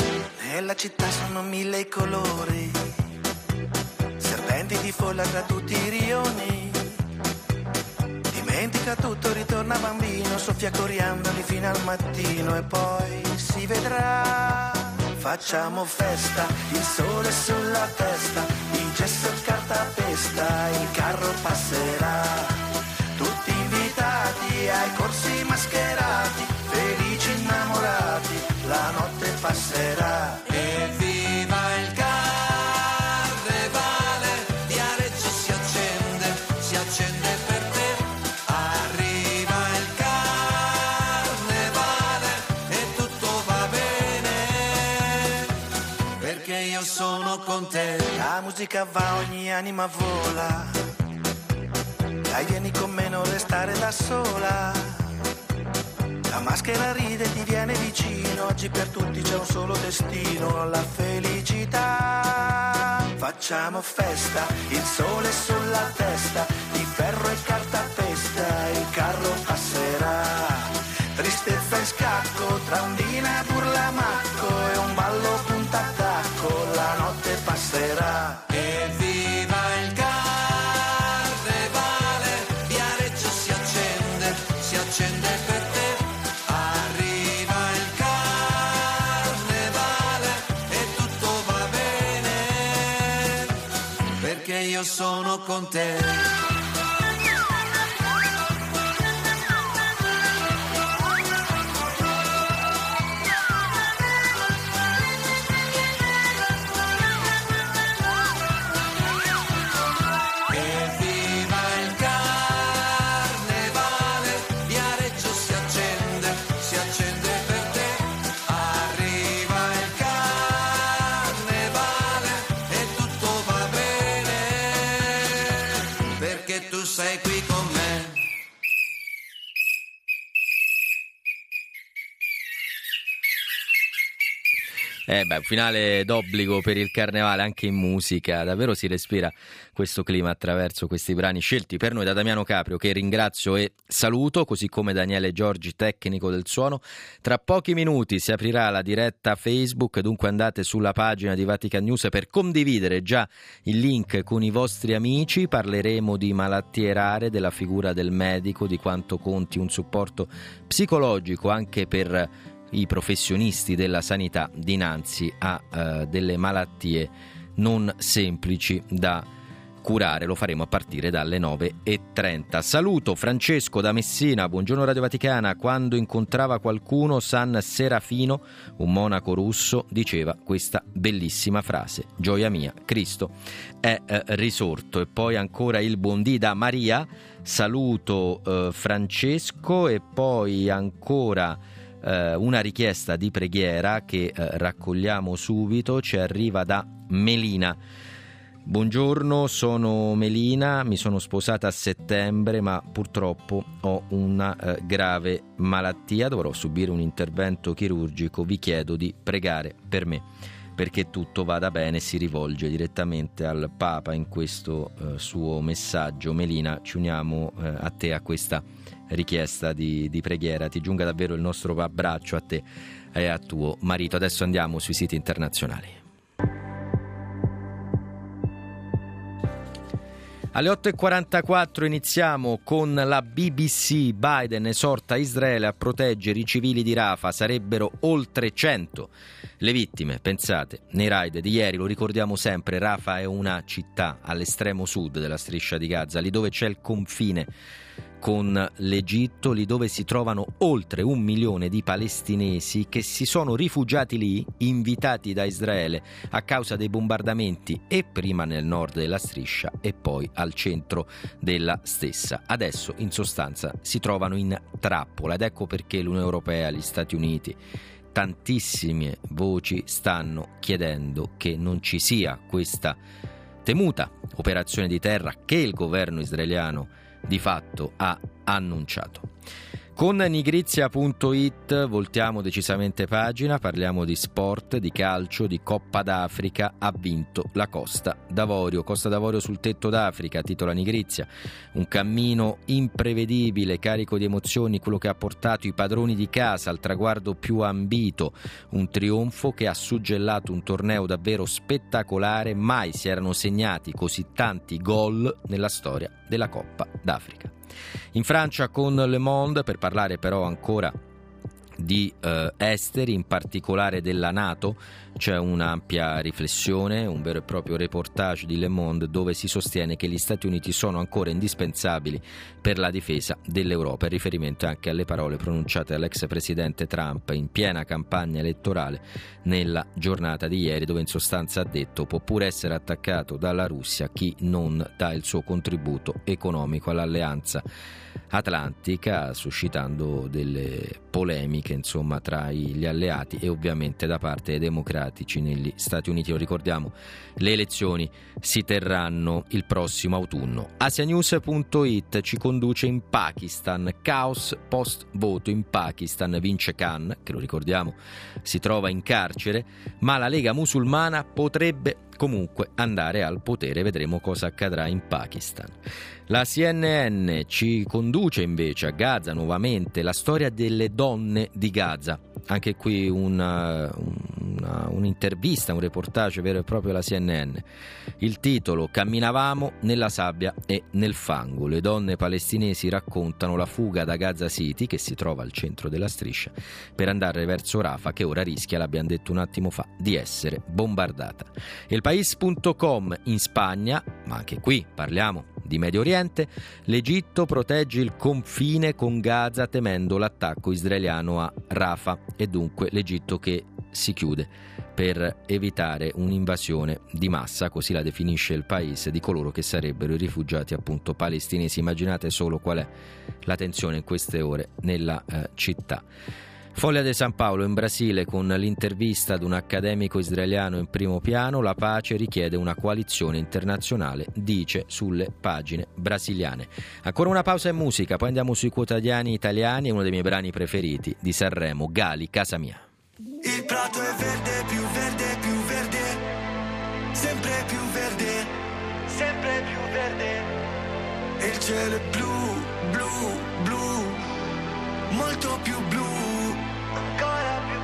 [SPEAKER 7] Nella città sono mille i colori, serpenti di folla tra tutti i rioni. Dimentica tutto, ritorna bambino, soffia coriandoli fino al mattino e poi si vedrà. facciamo festa, il sole sulla testa, di gesso e cartapesta, il carro passerà, tutti invitati ai corsi mascherati, felici innamorati, la notte passerà. Evviva il carnevale, Viareggio si accende, si accende per te, arriva il carnevale e tutto va bene, perché io sono con te. La musica va, ogni anima vola, dai vieni con me, non restare da sola. La maschera ride, ti viene vicino, oggi per tutti c'è un solo destino, la felicità. Facciamo festa, il sole sulla testa, di ferro e cartapesta, il carro passerà. Tristezza in scacco, tra ondina e burlamacco, e un ballo punta attacco, la notte passerà. Evviva il carnevale, Viareggio si accende, si accende per te. Io sono con te. Evviva il carnevale, Viareggio si accende, si accende per te. Arriva il carnevale e tutto va bene, perché tu sei qui con me.
[SPEAKER 2] Eh beh, un finale d'obbligo per il carnevale anche in musica, davvero si respira questo clima attraverso questi brani scelti per noi da Damiano Caprio, che ringrazio e saluto, così come Daniele Giorgi, tecnico del suono. Tra pochi minuti si aprirà la diretta Facebook, dunque andate sulla pagina di Vatican News per condividere già il link con i vostri amici. Parleremo di malattie rare, della figura del medico, di quanto conti un supporto psicologico anche per i professionisti della sanità dinanzi a uh, delle malattie non semplici da curare. Lo faremo a partire dalle nove e trenta. Saluto Francesco da Messina. Buongiorno Radio Vaticana. Quando incontrava qualcuno, San Serafino, un monaco russo, diceva questa bellissima frase: gioia mia, Cristo è eh, risorto. E poi ancora il buondì da Maria. Saluto eh, Francesco. E poi ancora una richiesta di preghiera che eh, raccogliamo subito, ci arriva da Melina. Buongiorno, sono Melina, mi sono sposata a settembre ma purtroppo ho una eh, grave malattia, dovrò subire un intervento chirurgico, vi chiedo di pregare per me perché tutto vada bene. Si rivolge direttamente al Papa in questo eh, suo messaggio. Melina, ci uniamo eh, a te a questa richiesta di, di preghiera, ti giunga davvero il nostro abbraccio a te e a tuo marito. Adesso andiamo sui siti internazionali. Alle otto e quarantaquattro iniziamo con la B B C. Biden esorta Israele a proteggere i civili di Rafah, sarebbero oltre cento le vittime, pensate, nei raid di ieri. Lo ricordiamo sempre, Rafah è una città all'estremo sud della striscia di Gaza, lì dove c'è il confine con l'Egitto, lì dove si trovano oltre un milione di palestinesi che si sono rifugiati lì, invitati da Israele a causa dei bombardamenti, e prima nel nord della striscia e poi al centro della stessa. Adesso in sostanza si trovano in trappola ed ecco perché l'Unione Europea, gli Stati Uniti, tantissime voci stanno chiedendo che non ci sia questa temuta operazione di terra che il governo israeliano di fatto ha annunciato. Con nigrizia punto it voltiamo decisamente pagina, parliamo di sport, di calcio, di Coppa d'Africa. Ha vinto la Costa d'Avorio. Costa d'Avorio sul tetto d'Africa, titola Nigrizia. Un cammino imprevedibile, carico di emozioni, quello che ha portato i padroni di casa al traguardo più ambito. Un trionfo che ha suggellato un torneo davvero spettacolare. Mai si erano segnati così tanti gol nella storia della Coppa d'Africa. In Francia con Le Monde, per parlare però ancora di eh, esteri, in particolare della NATO. C'è un'ampia riflessione, un vero e proprio reportage di Le Monde dove si sostiene che gli Stati Uniti sono ancora indispensabili per la difesa dell'Europa, in riferimento anche alle parole pronunciate dall'ex presidente Trump in piena campagna elettorale nella giornata di ieri, dove in sostanza ha detto: può pure essere attaccato dalla Russia chi non dà il suo contributo economico all'alleanza atlantica, suscitando delle polemiche insomma tra gli alleati e ovviamente da parte dei democratici negli Stati Uniti. Lo ricordiamo, le elezioni si terranno il prossimo autunno. Asianews punto it ci conduce in Pakistan, caos post voto in Pakistan, vince Khan, che lo ricordiamo si trova in carcere, ma la Lega Musulmana potrebbe comunque andare al potere. Vedremo cosa accadrà in Pakistan. La C N N ci conduce invece a Gaza, nuovamente la storia delle donne di Gaza. Anche qui una, una, un'intervista, un reportage vero e proprio alla C N N. Il titolo: camminavamo nella sabbia e nel fango. Le donne palestinesi raccontano la fuga da Gaza City, che si trova al centro della striscia, per andare verso Rafah, che ora rischia, l'abbiamo detto un attimo fa, di essere bombardata. Il País punto com in Spagna, ma anche qui parliamo di Medio Oriente, l'Egitto protegge il confine con Gaza temendo l'attacco israeliano a Rafah, e dunque l'Egitto che si chiude per evitare un'invasione di massa, così la definisce il paese, di coloro che sarebbero i rifugiati appunto palestinesi. Immaginate solo qual è la tensione in queste ore nella eh, città. Foglia de San Paolo in Brasile, con l'intervista ad un accademico israeliano in primo piano: la pace richiede una coalizione internazionale, dice sulle pagine brasiliane. Ancora una pausa in musica, poi andiamo sui quotidiani italiani e uno dei miei brani preferiti di Sanremo, Gali, Casa Mia.
[SPEAKER 7] Il prato è verde, più verde, più verde, sempre più verde, sempre più verde. E il cielo è blu, blu, blu, molto più blu, ancora più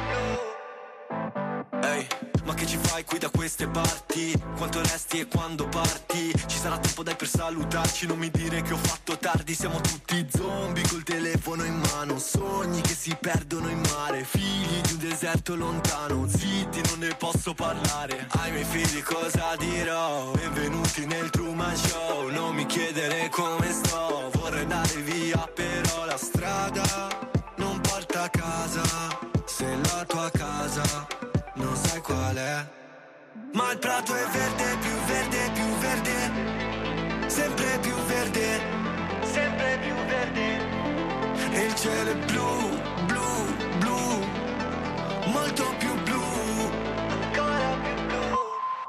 [SPEAKER 7] blu. Ehi, ma che ci fai qui da queste parti? Quanto resti e quando parti? Ci sarà tempo dai per salutarci, non mi dire che ho fatto tardi. Siamo tutti zombie col telefono in mano, sogni che si perdono in mare, figli di un deserto lontano, zitti non ne posso parlare. Ai miei figli cosa dirò? Benvenuti nel Truman Show, non mi chiedere come sto, vorrei andare via però la strada non porta a casa, se la tua casa non sai qual è. Ma il prato è verde, più verde, più verde, sempre più verde, sempre più verde. E il cielo è blu, blu, blu, molto più blu, ancora più blu.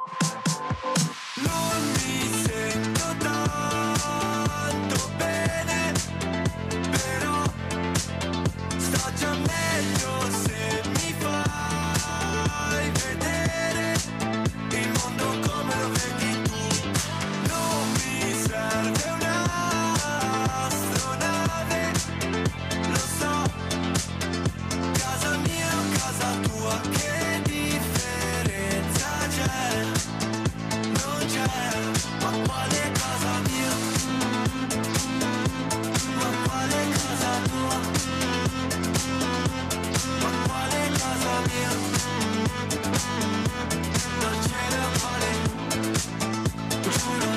[SPEAKER 7] Non mi sento tanto bene, però sto già meglio se mi fai vedere il mondo come lo vedi tu. Non mi serve un'astronave, lo so, casa mia o casa tua, che differenza c'è? Non c'è, ma quale casa mia? Ma quale casa tua? Ma quale casa mia? Non ce ne vale, giuro.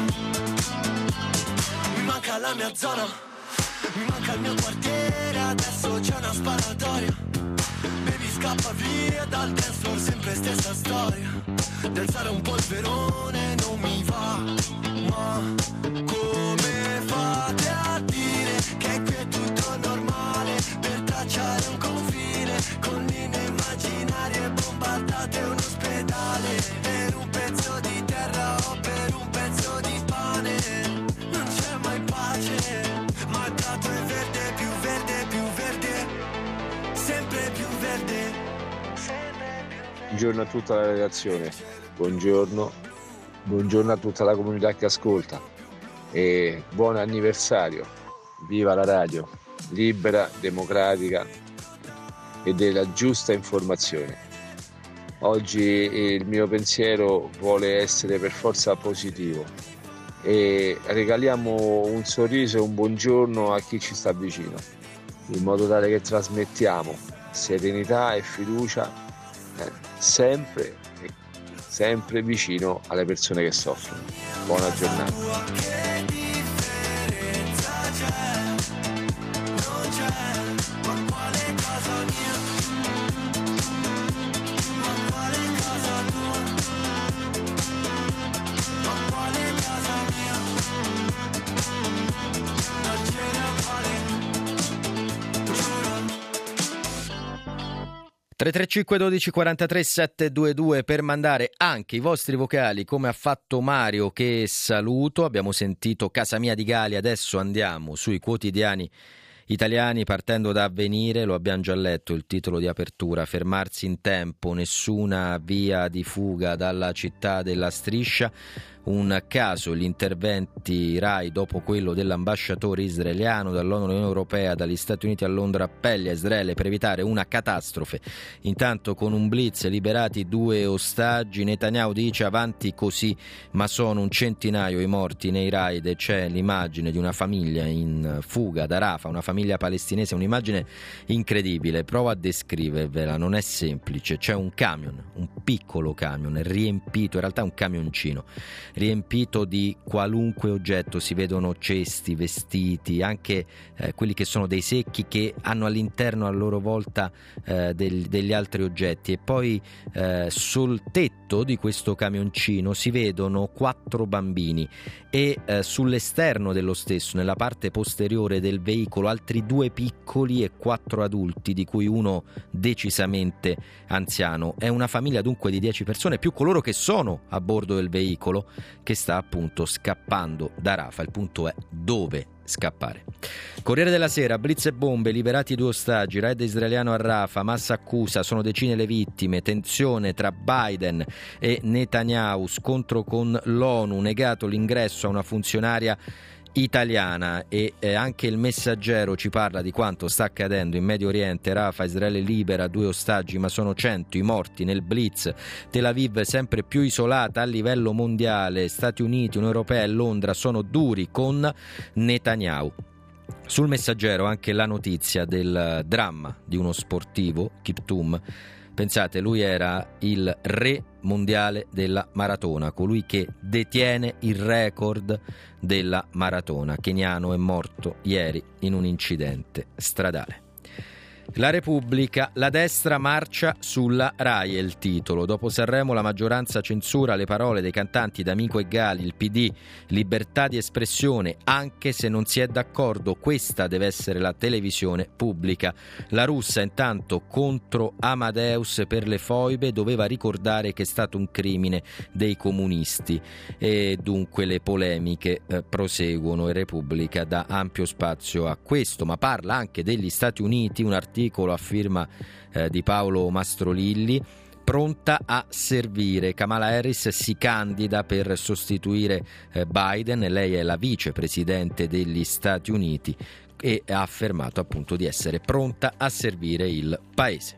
[SPEAKER 7] Mi manca la mia zona, mi manca il mio quartiere, adesso c'è una sparatoria. Baby scappa via dal dance floor, sempre stessa storia. D'alzare un polverone non mi va, ma come fate a dire che qui è tutto normale? Per tracciare un confine con linee immaginarie, bombardate un ospedale per un pezzo di terra o per un pezzo di pane. Non c'è mai pace, ma il prato è verde, più verde, più verde, sempre più verde.
[SPEAKER 8] Buongiorno a tutta la redazione, buongiorno, buongiorno a tutta la comunità che ascolta e buon anniversario. Viva la radio, libera, democratica e della giusta informazione. Oggi il mio pensiero vuole essere per forza positivo e regaliamo un sorriso e un buongiorno a chi ci sta vicino, in modo tale che trasmettiamo serenità e fiducia, eh, sempre, sempre vicino alle persone che soffrono. Buona giornata.
[SPEAKER 2] tre tre cinque uno due quattro tre sette due due per mandare anche i vostri vocali, come ha fatto Mario, che saluto. Abbiamo sentito Casa Mia di Gali, adesso andiamo sui quotidiani italiani partendo da Avvenire. Lo abbiamo già letto, il titolo di apertura: fermarsi in tempo, nessuna via di fuga dalla città della Striscia. Un caso, gli interventi Rai dopo quello dell'ambasciatore israeliano dall'ONU all'Unione Europea, dagli Stati Uniti a Londra, appelli a Israele per evitare una catastrofe. Intanto con un blitz liberati due ostaggi. Netanyahu dice avanti così, ma sono un centinaio i morti nei raid e c'è l'immagine di una famiglia in fuga da Rafah, una famiglia palestinese, un'immagine incredibile. Provo a descrivervela, non è semplice. C'è un camion, un piccolo camion riempito, in realtà un camioncino riempito di qualunque oggetto. Si vedono cesti, vestiti, anche eh, quelli che sono dei secchi che hanno all'interno a loro volta eh, del, degli altri oggetti, e poi eh, sul tetto di questo camioncino si vedono quattro bambini e eh, sull'esterno dello stesso, nella parte posteriore del veicolo, altri due piccoli e quattro adulti, di cui uno decisamente anziano. È una famiglia dunque di dieci persone, più coloro che sono a bordo del veicolo, che sta appunto scappando da Rafah. Il punto è dove scappare. Corriere della Sera: blitz e bombe, liberati due ostaggi, raid israeliano a Rafah, massa accusa, sono decine le vittime, tensione tra Biden e Netanyahu, scontro con l'ONU, negato l'ingresso a una funzionaria italiana. E eh, anche il Messaggero ci parla di quanto sta accadendo in Medio Oriente. Rafah, Israele libera due ostaggi, ma sono cento i morti nel blitz. Tel Aviv sempre più isolata a livello mondiale. Stati Uniti, Unione Europea e Londra sono duri con Netanyahu. Sul Messaggero anche la notizia del dramma di uno sportivo, Kiptum. Pensate, lui era il re mondiale della maratona, colui che detiene il record della maratona. Keniano, è morto ieri in un incidente stradale. La Repubblica: la destra marcia sulla Rai, è il titolo. Dopo Sanremo la maggioranza censura le parole dei cantanti D'Amico e Gali. Il P D: libertà di espressione anche se non si è d'accordo, questa deve essere la televisione pubblica. La Russa intanto contro Amadeus per le foibe, doveva ricordare che è stato un crimine dei comunisti, e dunque le polemiche eh, proseguono, e Repubblica dà ampio spazio a questo, ma parla anche degli Stati Uniti. Un articolo a firma eh, di Paolo Mastrolilli: pronta a servire. Kamala Harris si candida per sostituire eh, Biden, lei è la vicepresidente degli Stati Uniti e ha affermato appunto di essere pronta a servire il paese.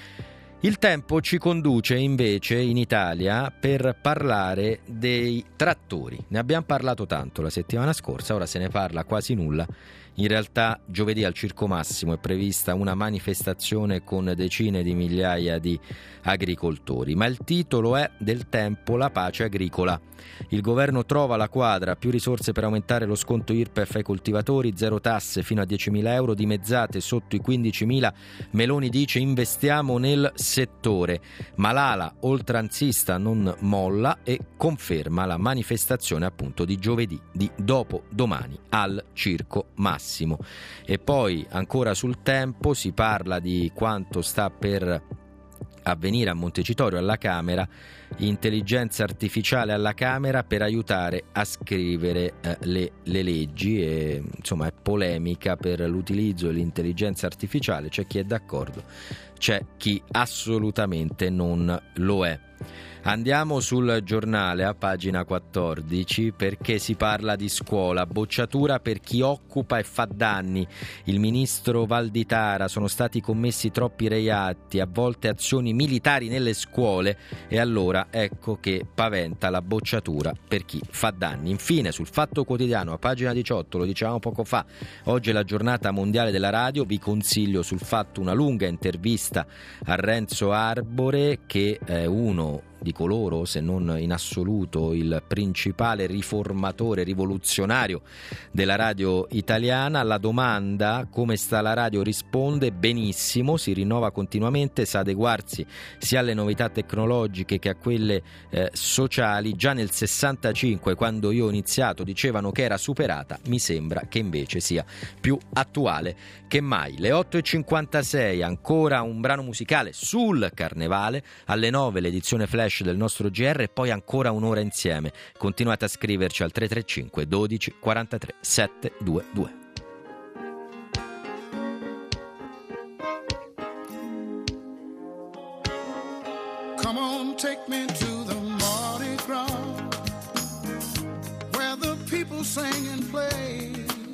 [SPEAKER 2] Il Tempo ci conduce invece in Italia per parlare dei trattori. Ne abbiamo parlato tanto la settimana scorsa, ora se ne parla quasi nulla. In realtà giovedì al Circo Massimo è prevista una manifestazione con decine di migliaia di agricoltori, ma il titolo è del Tempo: la pace agricola. Il governo trova la quadra, più risorse per aumentare lo sconto I R P E F ai coltivatori, zero tasse fino a diecimila euro, dimezzate sotto i quindicimila. Meloni dice investiamo nel settore, ma l'ala oltranzista non molla e conferma la manifestazione appunto di giovedì, di dopodomani al Circo Massimo. E poi ancora sul Tempo si parla di quanto sta per avvenire a Montecitorio alla Camera, intelligenza artificiale alla Camera per aiutare a scrivere eh, le, le leggi, e insomma è polemica per l'utilizzo dell'intelligenza artificiale. C'è chi è d'accordo, c'è chi assolutamente non lo è. Andiamo sul Giornale a pagina quattordici perché si parla di scuola, bocciatura per chi occupa e fa danni. Il ministro Valditara: sono stati commessi troppi reati, a volte azioni militari nelle scuole, e allora ecco che paventa la bocciatura per chi fa danni. Infine sul Fatto Quotidiano a pagina diciotto, lo dicevamo poco fa, oggi è la giornata mondiale della radio, vi consiglio sul Fatto una lunga intervista a Renzo Arbore, che è uno di coloro, se non in assoluto il principale riformatore rivoluzionario della radio italiana. La domanda come sta la radio risponde: benissimo, si rinnova continuamente, sa adeguarsi sia alle novità tecnologiche che a quelle eh, sociali. Già nel sessantacinque, quando io ho iniziato, dicevano che era superata, mi sembra che invece sia più attuale che mai. Le otto e cinquantasei, ancora un brano musicale sul carnevale, alle nove l'edizione flash del nostro G R e poi ancora un'ora insieme. Continuate a scriverci al tre tre cinque dodici quarantatré settecentoventidue.
[SPEAKER 9] Come on, take me to the Mardi Gras, where the people sing and play,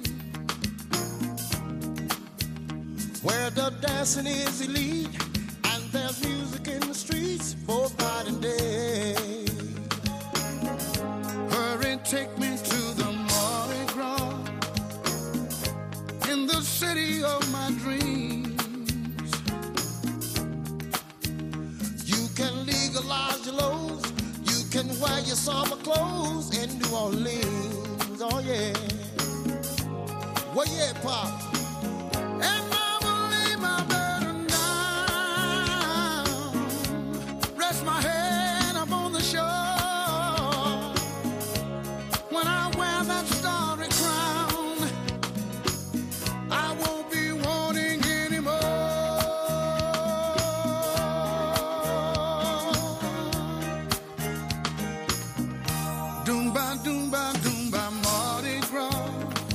[SPEAKER 9] where the dancing is elite and there's music in the streets both night and day. Hurry, take me to the Mardi Gras, in the city of my dreams. You can legalize your lows, you can wear your summer clothes in New Orleans. Oh yeah, well yeah, Pop. And mama lay my burden down, rest my head up on the shore. When I wear that starry crown, I won't be wanting anymore. Doomba, doomba, doomba, Mardi Gras.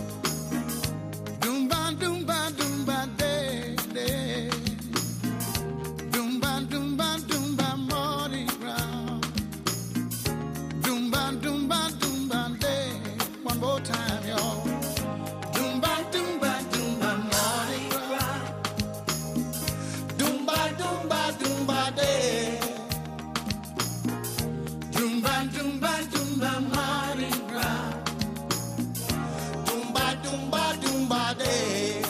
[SPEAKER 9] Doomba, doomba, doomba, day, day. Doomba, doomba, doomba, Mardi Gras. Doomba, doomba, doomba, day. One more time, y'all. Doomba, doomba, doomba, Mardi Gras. Doomba, doomba, doomba, day. Doomba, doomba, doomba, Mardi Gras. Doomba, doomba, doomba, day.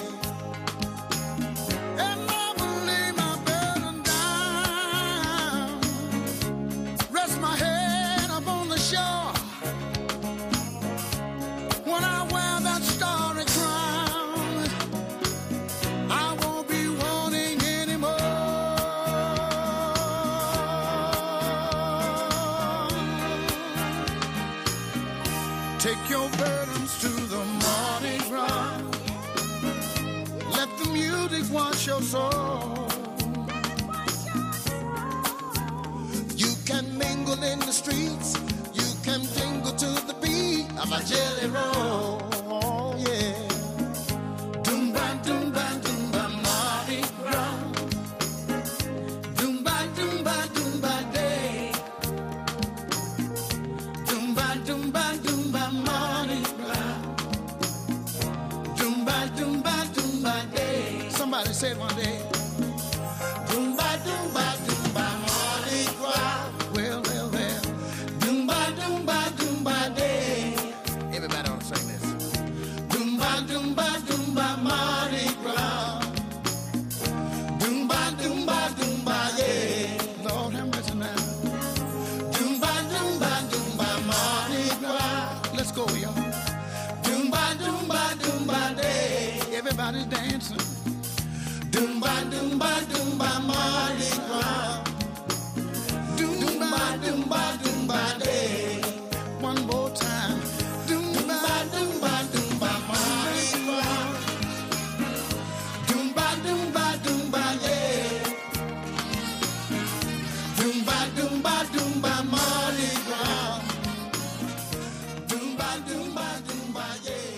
[SPEAKER 9] And I will lay my burden down, rest my head up on the shore. When I wear that starry crown, I won't be wanting anymore. Take your burdens to the Mardi Gras, let the music wash your soul. You can mingle in the streets, you can jingle to the beat of a jelly roll. Oh yeah. Doomba, doomba, doomba, Mardi Gras. Doomba, doomba, doomba, day. Doomba, doomba, doomba, Mardi Gras. Doomba, doomba, doomba, day. Somebody said one day. Doomba, doomba, doomba, Mardi Gras. Well, well, well. Doomba, doomba, doomba, day. Everybody ought to sing this. Doomba, doomba, doomba, Mardi Gras. Doomba, doomba, doomba, yeah. Lord have mercy now. Doomba, doomba, doomba, Mardi Gras. Let's go, y'all. Doomba, doomba, doomba, day. Everybody's dancing. Doomba, doomba, doomba, Mardi Gras. Doomba, doomba, doomba, day. One more time. Doomba, doomba, doomba, Mardi Gras. Doomba, doomba, doomba, yeah. Doomba, doomba, doomba, Mardi Gras. Doomba, doomba, doomba, yeah.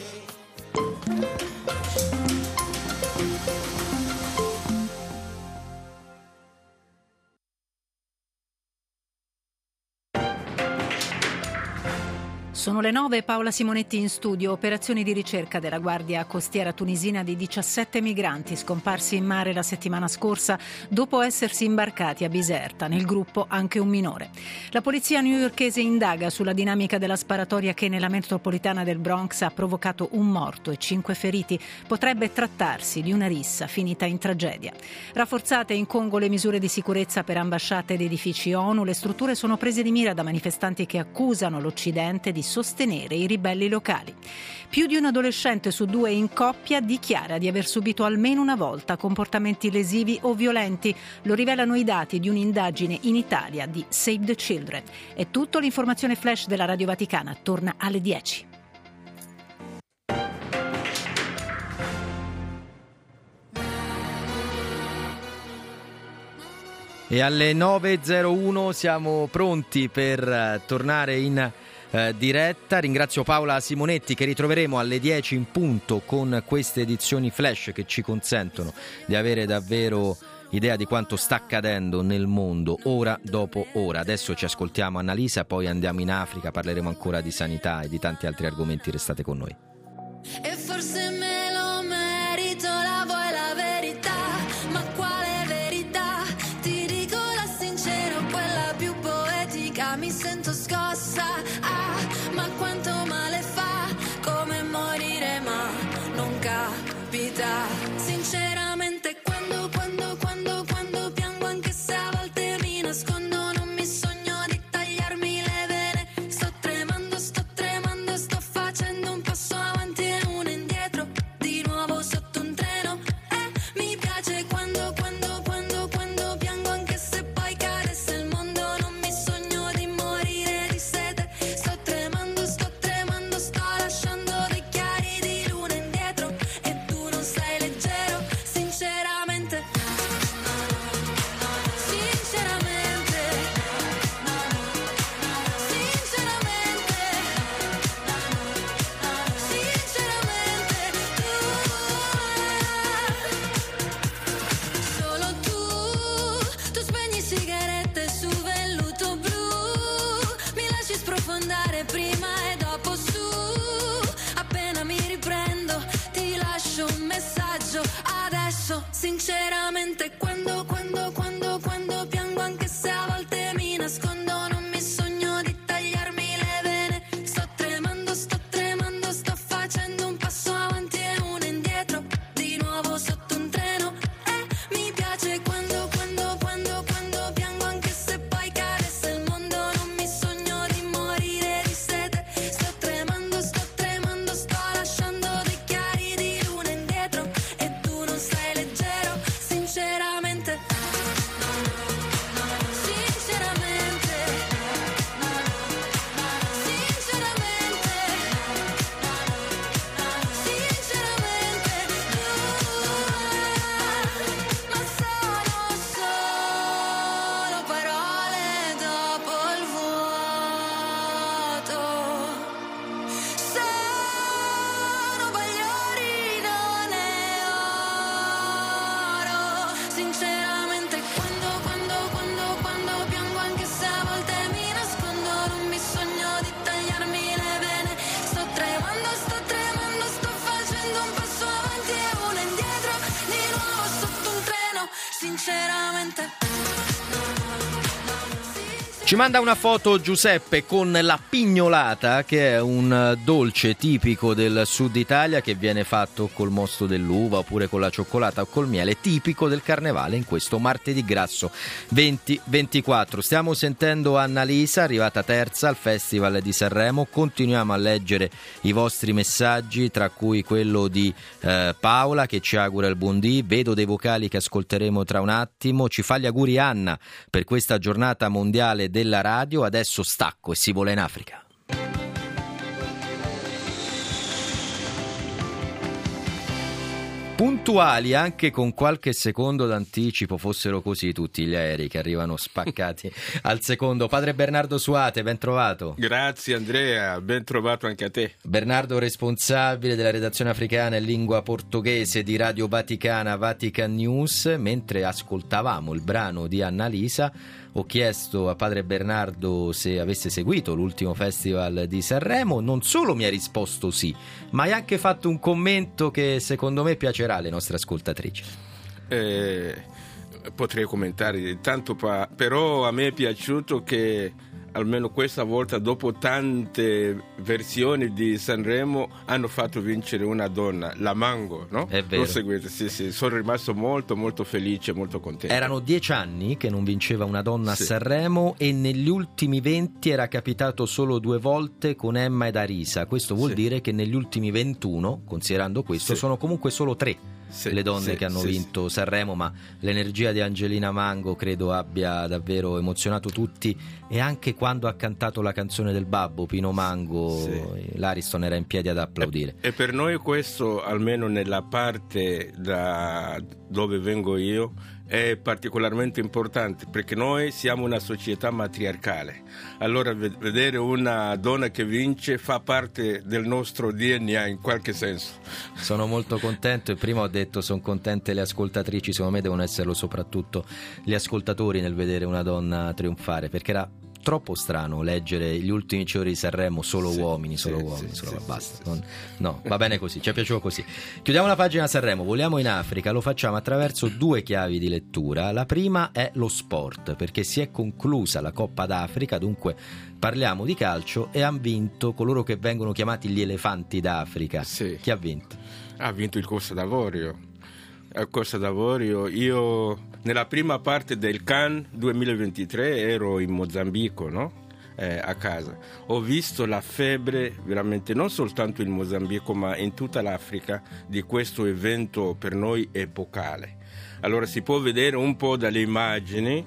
[SPEAKER 10] Sono le nove, Paola Simonetti in studio. Operazioni di ricerca della Guardia Costiera tunisina di diciassette migranti scomparsi in mare la settimana scorsa dopo essersi imbarcati a Biserta, nel gruppo anche un minore. La polizia newyorkese indaga sulla dinamica della sparatoria che nella metropolitana del Bronx ha provocato un morto e cinque feriti. Potrebbe trattarsi di una rissa finita in tragedia. Rafforzate in Congo le misure di sicurezza per ambasciate ed edifici ONU. Le strutture sono prese di mira da manifestanti che accusano l'Occidente di sostenere i ribelli locali. Più di un adolescente su due in coppia dichiara di aver subito almeno una volta comportamenti lesivi o violenti. Lo rivelano i dati di un'indagine in Italia di Save the Children. È tutto, l'informazione flash della Radio Vaticana torna alle dieci.
[SPEAKER 2] E alle nove e zero uno siamo pronti per uh, tornare in uh, diretta. Ringrazio Paola Simonetti, che ritroveremo alle dieci in punto con queste edizioni flash che ci consentono di avere davvero idea di quanto sta accadendo nel mondo ora dopo ora. Adesso ci ascoltiamo Annalisa, poi andiamo in Africa, parleremo ancora di sanità e di tanti altri argomenti. Restate con noi.
[SPEAKER 3] E forse me lo merito, la vuoi la verità? Ma quale verità? Ti dico la sincera, quella più poetica. Mi sento scossa, ah, ma quanto male fa, come morire ma non capita. Sinceramente quando, quando, quando, quando piango, anche se a volte mi nascondo, non mi sogno di tagliarmi le vene. Sto tremando, sto tremando, sto facendo un passo avanti e uno indietro, di nuovo sotto un treno. E mi piace quando, quando, quando, quando piango, anche se poi cadesse il mondo, non mi sogno di morire di sete. Sto tremando, sto tremando, sto lasciando dei chiari di luna indietro, e tu non sei leggero. Sinceramente, sinceramente, sinceramente, sinceramente, tu, solo tu, tu spegni sigarette su velluto blu, mi lasci sprofondare prima e dopo su, appena mi riprendo ti lascio un messaggio adesso. Sinceramente quando, quando, quando, quando piango, anche se a volte mi nascondo, non mi sogno di tagliarmi le vene. Sto tremando, sto tremando, sto facendo un passo avanti e uno indietro, di nuovo sotto un treno. E mi piace quando, quando, quando, quando piango, anche se poi cadesse il mondo, non mi sogno di morire di sete. Sto tremando, sto tremando, sto lasciando dei chiari di luna indietro, e tu non sei leggero. Sinceramente, sinceramente, sinceramente, sinceramente, tu, ma sono solo parole dopo il vuoto, sono bagliori, non è oro. Sinceramente quando, quando, quando, quando piango, anche se a volte mi nascondo, non mi sogno di tagliarmi le vene. Sto tremando, sto tremando, sto facendo un passo avanti e uno indietro, di nuovo sotto un treno. Sinceramente.
[SPEAKER 2] Ci manda una foto Giuseppe con la pignolata, che è un dolce tipico del sud Italia che viene fatto col mosto dell'uva oppure con la cioccolata o col miele, tipico del carnevale in questo martedì grasso venti ventiquattro. Stiamo sentendo Annalisa, arrivata terza al Festival di Sanremo. Continuiamo a leggere i vostri messaggi, tra cui quello di eh, Paola che ci augura il buon dì. Vedo dei vocali che ascolteremo tra un attimo. Ci fa gli auguri Anna per questa giornata mondiale della radio. Adesso stacco e si vola in Africa. Puntuali anche con qualche secondo d'anticipo, fossero così tutti gli aerei che arrivano spaccati al secondo. Padre Bernardo Suate, ben trovato.
[SPEAKER 11] Grazie Andrea, ben trovato anche a te.
[SPEAKER 2] Bernardo, responsabile della redazione africana e lingua portoghese di Radio Vaticana, Vatican News. Mentre ascoltavamo il brano di Annalisa, ho chiesto a padre Bernardo se avesse seguito l'ultimo festival di Sanremo, non solo mi ha risposto sì, ma hai anche fatto un commento che secondo me piacerà alle nostre ascoltatrici.
[SPEAKER 11] Eh, potrei commentare tanto, pa- però a me è piaciuto che almeno questa volta, dopo tante versioni di Sanremo, hanno fatto vincere una donna, la Mango, no?
[SPEAKER 2] È vero.
[SPEAKER 11] Lo seguite? Sì, sì, sono rimasto molto molto felice, molto contento.
[SPEAKER 2] Erano dieci anni che non vinceva una donna
[SPEAKER 11] Sì.
[SPEAKER 2] a Sanremo, e negli ultimi venti era capitato solo due volte con Emma ed Arisa. Questo vuol
[SPEAKER 11] Sì.
[SPEAKER 2] dire che negli ultimi ventuno, considerando questo,
[SPEAKER 11] Sì.
[SPEAKER 2] sono comunque solo tre
[SPEAKER 11] Sì,
[SPEAKER 2] le donne
[SPEAKER 11] sì,
[SPEAKER 2] che hanno
[SPEAKER 11] sì,
[SPEAKER 2] vinto Sanremo, ma l'energia di Angelina Mango credo abbia davvero emozionato tutti, e anche quando ha cantato la canzone del babbo Pino Mango,
[SPEAKER 11] Sì.
[SPEAKER 2] l'Ariston era in piedi ad applaudire.
[SPEAKER 11] E per noi questo, almeno nella parte da dove vengo io, è particolarmente importante, perché noi siamo una società matriarcale. Allora vedere una donna che vince fa parte del nostro D N A in qualche senso.
[SPEAKER 2] Sono molto contento, e prima ho detto sono contente le ascoltatrici, secondo me devono esserlo soprattutto gli ascoltatori nel vedere una donna trionfare, perché era troppo strano leggere gli ultimi giorni di Sanremo solo
[SPEAKER 11] Sì,
[SPEAKER 2] uomini, solo
[SPEAKER 11] sì,
[SPEAKER 2] uomini,
[SPEAKER 11] sì,
[SPEAKER 2] solo
[SPEAKER 11] sì,
[SPEAKER 2] basta.
[SPEAKER 11] sì,
[SPEAKER 2] Non- no, va bene così, ci è piaciuto così. Chiudiamo la pagina Sanremo, voliamo in Africa, lo facciamo attraverso due chiavi di lettura. La prima è lo sport, perché si è conclusa la Coppa d'Africa, dunque parliamo di calcio, e hanno vinto coloro che vengono chiamati gli elefanti d'Africa.
[SPEAKER 11] Sì.
[SPEAKER 2] Chi ha vinto?
[SPEAKER 11] Ha vinto il Costa d'Avorio. Il Costa d'Avorio, io nella prima parte del CAN duemilaventitré ero in Mozambico, no? Eh, a casa. Ho visto la febbre veramente non soltanto in Mozambico, ma in tutta l'Africa, di questo evento per noi epocale. Allora si può vedere un po' dalle immagini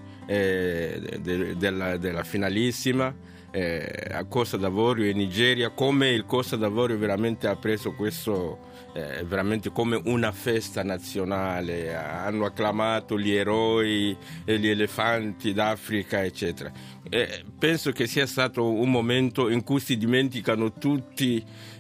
[SPEAKER 11] eh, de- della, della finalissima eh, a Costa d'Avorio in Nigeria, come il Costa d'Avorio veramente ha preso questo eh, veramente come una festa nazionale. Hanno acclamato gli eroi e gli elefanti d'Africa, eccetera. E penso che sia stato un momento in cui si dimenticano tutti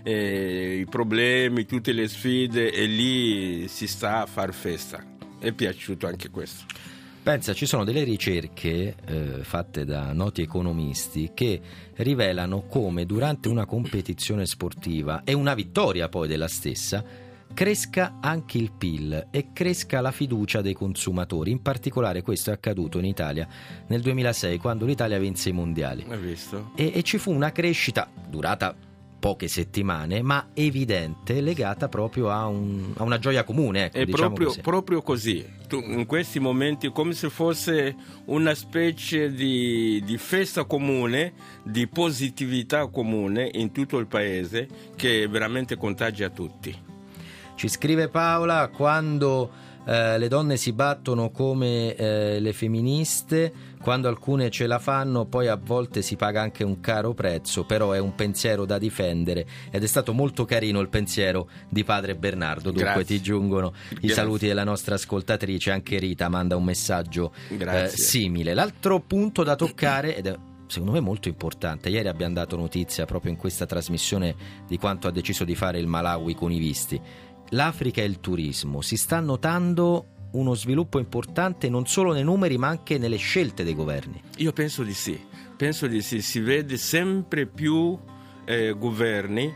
[SPEAKER 11] eh, i problemi, tutte le sfide, e lì si sta a far festa. È piaciuto anche questo.
[SPEAKER 2] Pensa, ci sono delle ricerche eh, fatte da noti economisti che rivelano come durante una competizione sportiva, e una vittoria poi della stessa, cresca anche il P I L e cresca la fiducia dei consumatori. In particolare questo è accaduto in Italia nel duemilasei, quando l'Italia vinse i mondiali.
[SPEAKER 11] Hai visto?
[SPEAKER 2] E, e ci fu una crescita durata poche settimane, ma evidente, legata proprio a, un, a una gioia comune, ecco,
[SPEAKER 11] È
[SPEAKER 2] diciamo
[SPEAKER 11] proprio
[SPEAKER 2] così.
[SPEAKER 11] proprio così. Tu, in questi momenti, come se fosse una specie di, di festa comune, di positività comune in tutto il paese, che veramente contagia tutti.
[SPEAKER 2] Ci scrive Paola: quando eh, le donne si battono come eh, le femministe, quando alcune ce la fanno, poi a volte si paga anche un caro prezzo, però è un pensiero da difendere. Ed è stato molto carino il pensiero di padre Bernardo. Dunque
[SPEAKER 11] Grazie.
[SPEAKER 2] ti giungono i
[SPEAKER 11] Grazie.
[SPEAKER 2] saluti della nostra ascoltatrice, anche Rita manda un messaggio eh,
[SPEAKER 11] Grazie.
[SPEAKER 2] simile. L'altro punto da toccare, ed è secondo me molto importante, ieri abbiamo dato notizia proprio in questa trasmissione di quanto ha deciso di fare il Malawi con i visti. L'Africa e il turismo, si sta notando uno sviluppo importante non solo nei numeri ma anche nelle scelte dei governi.
[SPEAKER 11] Io penso di sì, penso di sì, si vede sempre più eh, governi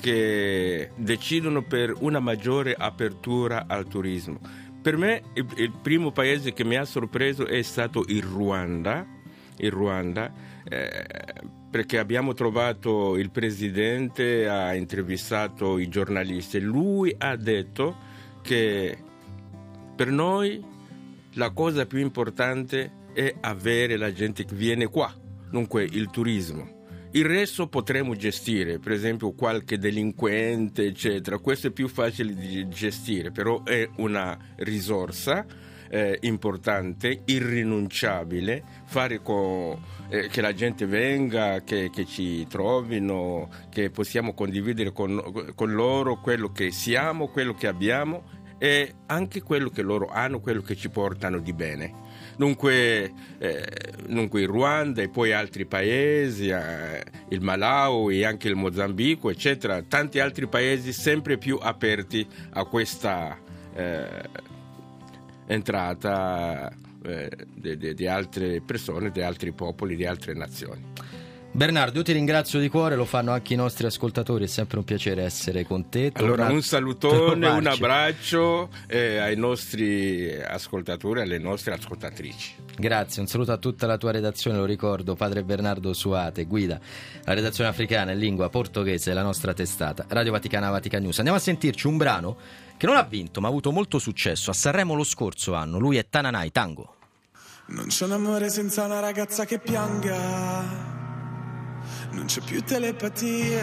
[SPEAKER 11] che decidono per una maggiore apertura al turismo. Per me il, il primo paese che mi ha sorpreso è stato il Ruanda, il Ruanda eh, perché abbiamo trovato il presidente, ha intervistato i giornalisti, lui ha detto che per noi la cosa più importante è avere la gente che viene qua, dunque il turismo. Il resto potremo gestire, per esempio qualche delinquente, eccetera. Questo è più facile di gestire, però è una risorsa eh, importante, irrinunciabile, fare con, eh, che la gente venga, che, che ci trovino, che possiamo condividere con, con loro quello che siamo, quello che abbiamo, e anche quello che loro hanno, quello che ci portano di bene. Dunque, eh, dunque il Ruanda e poi altri paesi, eh, il Malawi, anche il Mozambico, eccetera, tanti altri paesi sempre più aperti a questa eh, entrata eh, di, di, di altre persone, di altri popoli, di altre nazioni.
[SPEAKER 2] Bernardo, io ti ringrazio di cuore, lo fanno anche i nostri ascoltatori, è sempre un piacere essere con te.
[SPEAKER 11] Allora
[SPEAKER 2] Torna...
[SPEAKER 11] un salutone, un abbraccio eh, ai nostri ascoltatori e alle nostre ascoltatrici.
[SPEAKER 2] Grazie, un saluto a tutta la tua redazione, lo ricordo, padre Bernardo Suate, guida la redazione africana in lingua portoghese, la nostra testata Radio Vaticana Vatican News. Andiamo a sentirci un brano che non ha vinto ma ha avuto molto successo a Sanremo lo scorso anno, lui è Tananai, Tango.
[SPEAKER 12] Non c'è un amore senza una ragazza che pianga, non c'è più telepatia,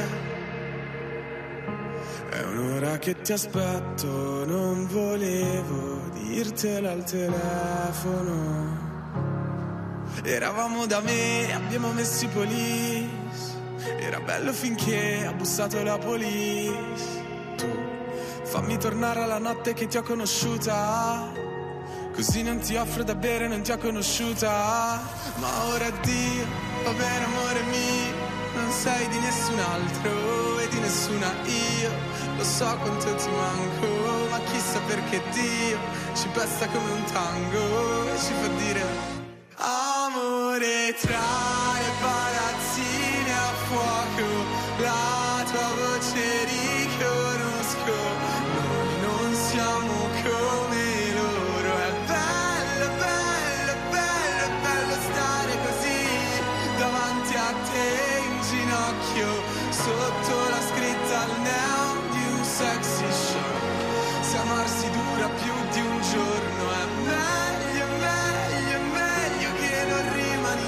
[SPEAKER 12] è un'ora che ti aspetto, non volevo dirtelo al telefono. Eravamo da me, abbiamo messo i police, era bello finché ha bussato la police. Tu fammi tornare alla notte che ti ho conosciuta, così non ti offro da bere, non ti ho conosciuta. Ma ora addio, va bene amore mio, non sei di nessun altro e di nessuna io. Lo so quanto ti manco, ma chissà perché Dio ci pesta come un tango e ci fa dire amore tra le palazzine a fuoco, la tua voce riconosco, noi non siamo come loro. È bello, bello, bello, bello stare così davanti a te in ginocchio, sotto la scritta al neon di un sexy show. Se amarsi dura più di un giorno è meglio, meglio, meglio che non rimani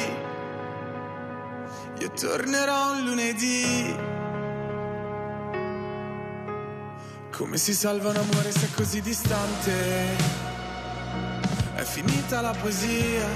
[SPEAKER 12] qui. Io tornerò un lunedì. Come si salva un amore se è così distante? È finita la poesia,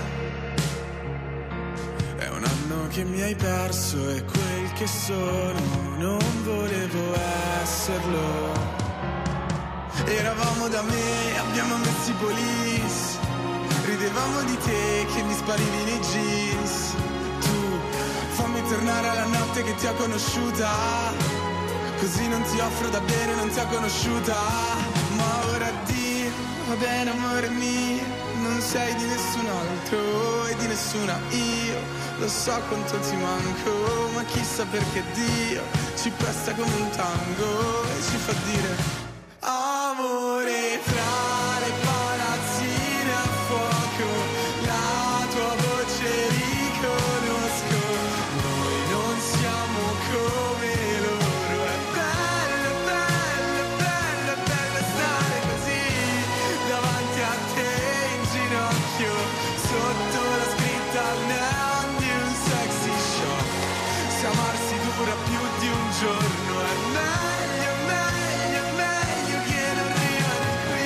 [SPEAKER 12] è un anno che mi hai perso e quel che sono non volevo esserlo. Eravamo da me, abbiamo messo i police, ridevamo di te che mi sparivi nei jeans. Tu fammi tornare alla notte che ti ho conosciuta, così non ti offro da bere, non ti ho conosciuta. Ma ora addio, va bene amore mio, non sei di nessun altro e di nessuna io. Lo so quanto ti manco, ma chissà perché Dio ci pesta come un tango e ci fa dire amore tra le palazzine a fuoco, la tua voce riconosco, noi non siamo come loro. È bello, bello, bello, bello stare così davanti a te in ginocchio, sotto la scritta al neon di un sexy show. Se amarsi dura più di un giorno è meglio, meglio, meglio che non rimani qui.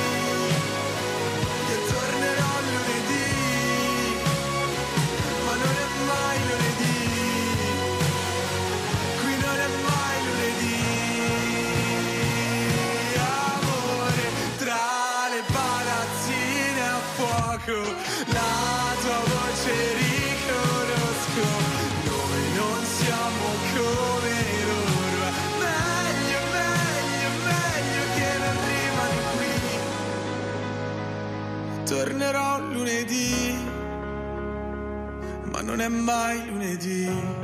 [SPEAKER 12] Io tornerò lunedì, ma non è mai lunedì, qui non è mai lunedì. Amore tra le palazzine a fuoco, la tua voce riconosco, noi non siamo come loro. È meglio, meglio, meglio che non rimani qui. Tornerò lunedì, ma non è mai lunedì.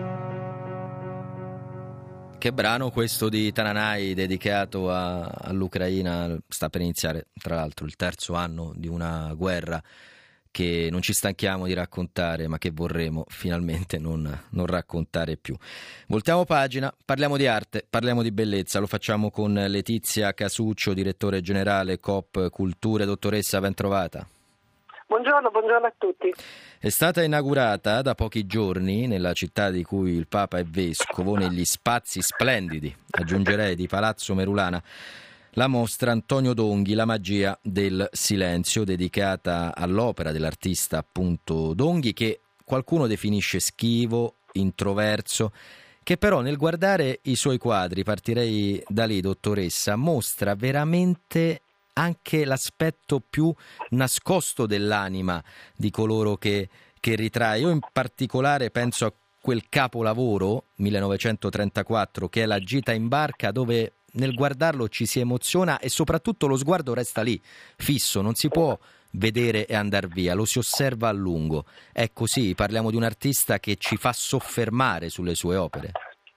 [SPEAKER 2] Che brano questo di Tananai dedicato a, all'Ucraina, sta per iniziare tra l'altro il terzo anno di una guerra che non ci stanchiamo di raccontare ma che vorremmo finalmente non, non raccontare più. Voltiamo pagina, parliamo di arte, parliamo di bellezza, lo facciamo con Letizia Casuccio, direttore generale Coop Culture. Dottoressa, ben trovata.
[SPEAKER 13] Buongiorno, buongiorno a tutti.
[SPEAKER 2] È stata inaugurata da pochi giorni nella città di cui il Papa è vescovo, negli spazi splendidi, aggiungerei, di Palazzo Merulana, la mostra Antonio Donghi, La magia del silenzio, dedicata all'opera dell'artista appunto Donghi, che qualcuno definisce schivo, introverso, che però nel guardare i suoi quadri, partirei da lì, dottoressa, mostra veramente anche l'aspetto più nascosto dell'anima di coloro che, che ritrae. Io in particolare penso a quel capolavoro millenovecentotrentaquattro che è La gita in barca, dove nel guardarlo ci si emoziona e soprattutto lo sguardo resta lì, fisso, non si può vedere e andar via, lo si osserva a lungo. È così, parliamo di un artista che ci fa soffermare sulle sue opere.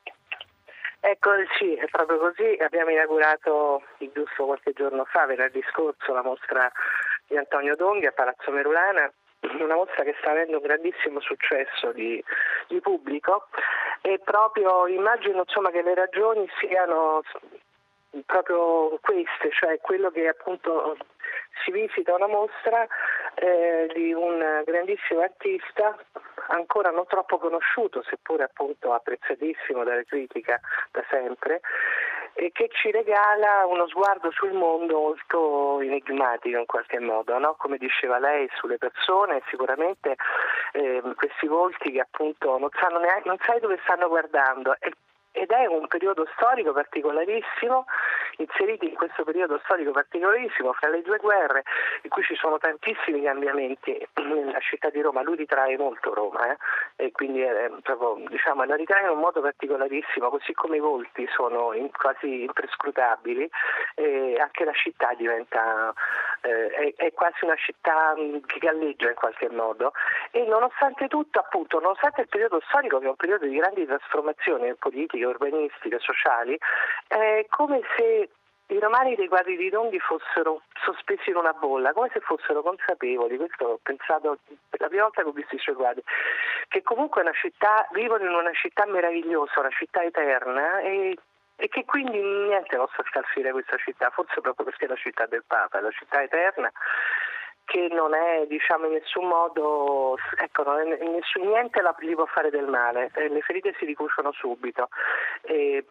[SPEAKER 13] Ecco, sì, è proprio così. Abbiamo inaugurato giusto qualche giorno fa, venerdì scorso, la mostra di Antonio Donghi a Palazzo Merulana, una mostra che sta avendo un grandissimo successo di, di pubblico, e proprio immagino insomma che le ragioni siano proprio queste, cioè quello che appunto si visita una mostra eh, di un grandissimo artista ancora non troppo conosciuto, seppure appunto apprezzatissimo dalla critica da sempre, e che ci regala uno sguardo sul mondo molto enigmatico in qualche modo, no? Come diceva lei, sulle persone, sicuramente eh, questi volti che appunto non sanno neanche, non sai dove stanno guardando, e ed è un periodo storico particolarissimo, inseriti in questo periodo storico particolarissimo fra le due guerre, in cui ci sono tantissimi cambiamenti nella città di Roma. Lui ritrae molto Roma, eh? E quindi è proprio, diciamo, la ritrae in un modo particolarissimo, così come i volti sono in, quasi imperscrutabili, e anche la città diventa eh, è, è quasi una città che galleggia in qualche modo, e nonostante tutto, appunto, nonostante il periodo storico, che è un periodo di grandi trasformazioni politiche, urbanistiche, sociali, è come se i romani dei quadri di Donghi fossero sospesi in una bolla, come se fossero consapevoli, questo ho pensato per la prima volta che ho visto i suoi quadri, che comunque è una città, vivono in una città meravigliosa, una città eterna, e, e che quindi niente possa scalfire questa città, forse proprio perché è la città del Papa, è la città eterna, che non è, diciamo, in nessun modo, ecco, non è, in nessun, niente la, gli può fare del male, eh, le ferite si ricuciono subito. E,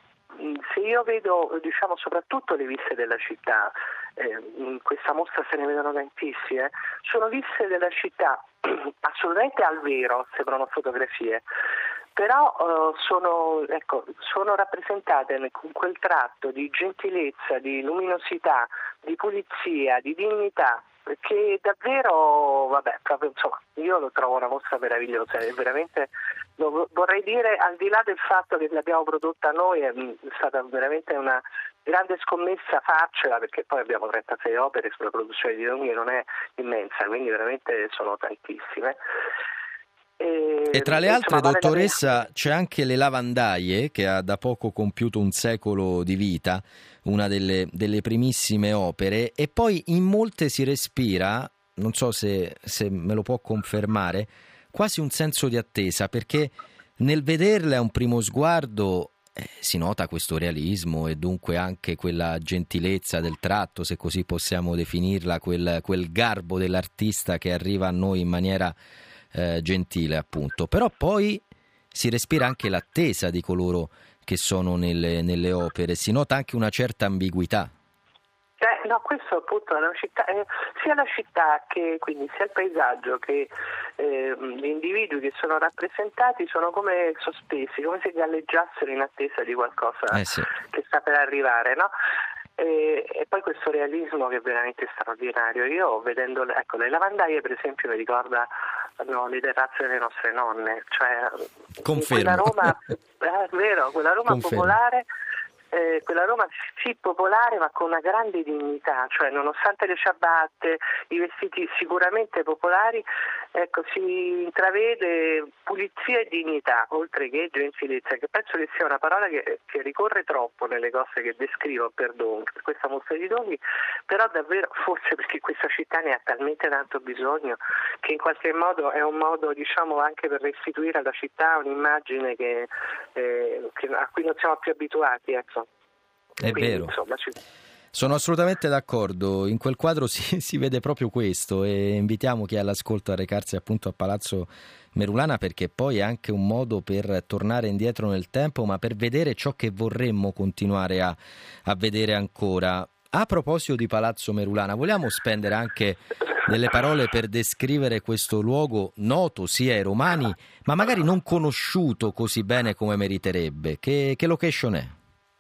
[SPEAKER 13] se io vedo, diciamo, soprattutto le viste della città, eh, in questa mostra se ne vedono tantissime, sono viste della città assolutamente al vero, sembrano fotografie, però uh, sono, ecco, sono rappresentate con quel tratto di gentilezza, di luminosità, di pulizia, di dignità, perché davvero, vabbè, proprio, insomma, io lo trovo una mostra meravigliosa, è veramente, lo vorrei dire, al di là del fatto che l'abbiamo prodotta noi, è stata veramente una grande scommessa farcela, perché poi abbiamo trentasei opere sulla produzione di Donghi, non è immensa, quindi veramente sono tantissime. E,
[SPEAKER 2] e tra le altre, insomma, dottoressa, c'è anche Le lavandaie, che ha da poco compiuto un secolo di vita, una delle, delle primissime opere, e poi in molte si respira, non so se, se me lo può confermare, quasi un senso di attesa, perché nel vederla a un primo sguardo eh, si nota questo realismo e dunque anche quella gentilezza del tratto, se così possiamo definirla, quel, quel garbo dell'artista che arriva a noi in maniera eh, gentile, appunto. Però poi si respira anche l'attesa di coloro che sono nelle, nelle opere, si nota anche una certa ambiguità.
[SPEAKER 13] Eh, no, questo appunto è una città, eh, sia la città che quindi sia il paesaggio che eh, gli individui che sono rappresentati sono come sospesi, come se galleggiassero in attesa di qualcosa
[SPEAKER 2] eh sì.
[SPEAKER 13] che sta per arrivare, no? E, e poi questo realismo che è veramente straordinario. Io vedendo, ecco, le lavandaie per esempio mi ricorda no, le terrazze delle nostre nonne, cioè
[SPEAKER 2] Confermo.
[SPEAKER 13] quella Roma, è vero, quella Roma
[SPEAKER 2] Confermo.
[SPEAKER 13] popolare. Eh, quella Roma sì popolare ma con una grande dignità, cioè nonostante le ciabatte, i vestiti sicuramente popolari, ecco, si intravede pulizia e dignità, oltre che gentilezza, che penso che sia una parola che, che ricorre troppo nelle cose che descrivo per Donghi, per questa mostra di Donghi, però davvero forse perché questa città ne ha talmente tanto bisogno che in qualche modo è un modo, diciamo, anche per restituire alla città un'immagine che, eh, che a cui non siamo più abituati, ecco.
[SPEAKER 2] È
[SPEAKER 13] Quindi,
[SPEAKER 2] vero.
[SPEAKER 13] Insomma, ci...
[SPEAKER 2] Sono assolutamente d'accordo, in quel quadro si, si vede proprio questo, e invitiamo chi è all'ascolto a recarsi appunto a Palazzo Merulana, perché poi è anche un modo per tornare indietro nel tempo, ma per vedere ciò che vorremmo continuare a, a vedere ancora. A proposito di Palazzo Merulana, vogliamo spendere anche delle parole per descrivere questo luogo noto sia ai romani, ma magari non conosciuto così bene come meriterebbe? Che, che location è?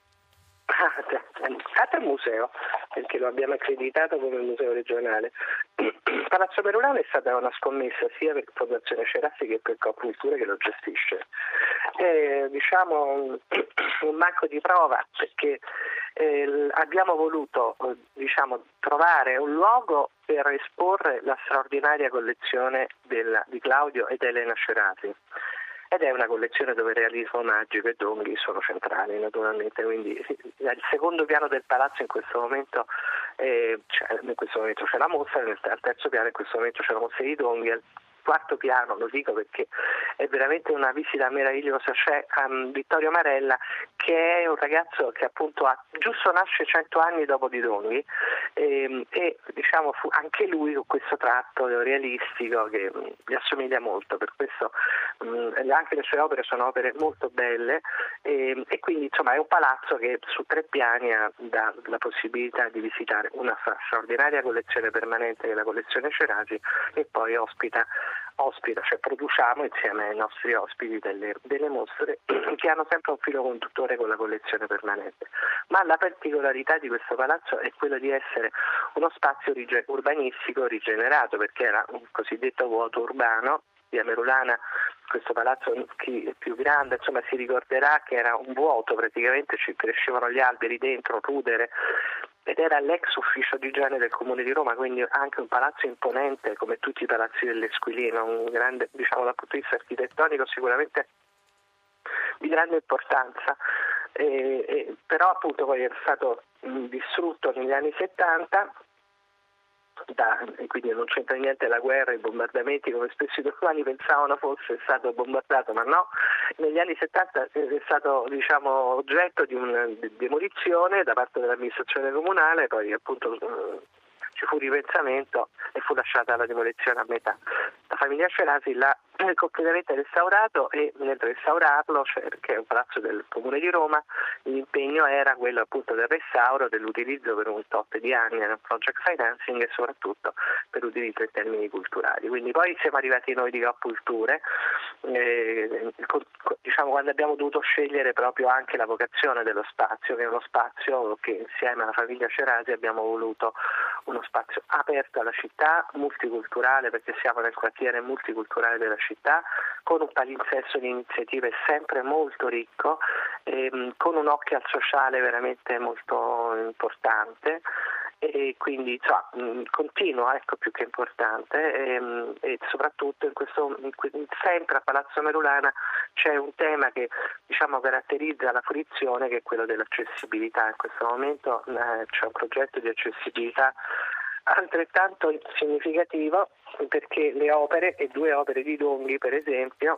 [SPEAKER 13] È un museo, perché lo abbiamo accreditato come museo regionale. Palazzo Merulana è stata una scommessa sia per Fondazione Cerassi che per Coopcultura, che lo gestisce. È, diciamo, un banco di prova, perché Eh, abbiamo voluto eh, diciamo, trovare un luogo per esporre la straordinaria collezione della, di Claudio ed Elena Cerasi. Ed è una collezione dove realismo magico e Donghi sono centrali naturalmente, quindi il secondo piano del palazzo in questo momento, eh, cioè, in questo momento c'è la mostra, al terzo piano in questo momento c'è la mostra di Donghi, al quarto piano, lo dico perché è veramente una visita meravigliosa, c'è um, Vittorio Marella, che è un ragazzo che appunto ha, giusto nasce cento anni dopo di Donghi e, e diciamo fu anche lui con questo tratto realistico che um, gli assomiglia molto, per questo um, anche le sue opere sono opere molto belle e, e quindi insomma è un palazzo che su tre piani ha dà la possibilità di visitare una straordinaria collezione permanente che è la collezione Cerasi e poi ospita ospita, cioè produciamo insieme ai nostri ospiti delle, delle mostre che hanno sempre un filo conduttore con la collezione permanente. Ma la particolarità di questo palazzo è quella di essere uno spazio rige- urbanistico rigenerato, perché era un cosiddetto vuoto urbano. Via Merulana, questo palazzo più grande, insomma si ricorderà che era un vuoto, praticamente ci crescevano gli alberi dentro, rudere, ed era l'ex ufficio di igiene del Comune di Roma, quindi anche un palazzo imponente come tutti i palazzi dell'Esquilino, un grande, diciamo dal punto di vista architettonico sicuramente di grande importanza, e, e, però appunto poi è stato mh, distrutto negli anni settanta. Da, e quindi non c'entra niente la guerra, i bombardamenti come spesso i domani pensavano fosse stato bombardato, ma no, negli anni settanta è stato diciamo oggetto di una demolizione da parte dell'amministrazione comunale, poi appunto ci fu ripensamento e fu lasciata la demolizione a metà. La famiglia Cerasi l'ha completamente restaurato e nel restaurarlo, cioè, perché è un palazzo del Comune di Roma, l'impegno era quello appunto del restauro, dell'utilizzo per un tot di anni nel project financing e soprattutto per l'utilizzo in termini culturali. Quindi poi siamo arrivati noi di Coop Culture, eh, diciamo quando abbiamo dovuto scegliere proprio anche la vocazione dello spazio, che è uno spazio che insieme alla famiglia Cerasi abbiamo voluto uno spazio aperto alla città, multiculturale, perché siamo nel quartiere multiculturale della città, con un palinsesto di iniziative sempre molto ricco, ehm, con un occhio al sociale veramente molto importante e quindi insomma, mh, continuo, ecco, più che importante e, e soprattutto in questo, in, sempre a Palazzo Merulana c'è un tema che diciamo caratterizza la fruizione, che è quello dell'accessibilità. In questo momento eh, c'è un progetto di accessibilità altrettanto significativo, perché le opere e due opere di Donghi per esempio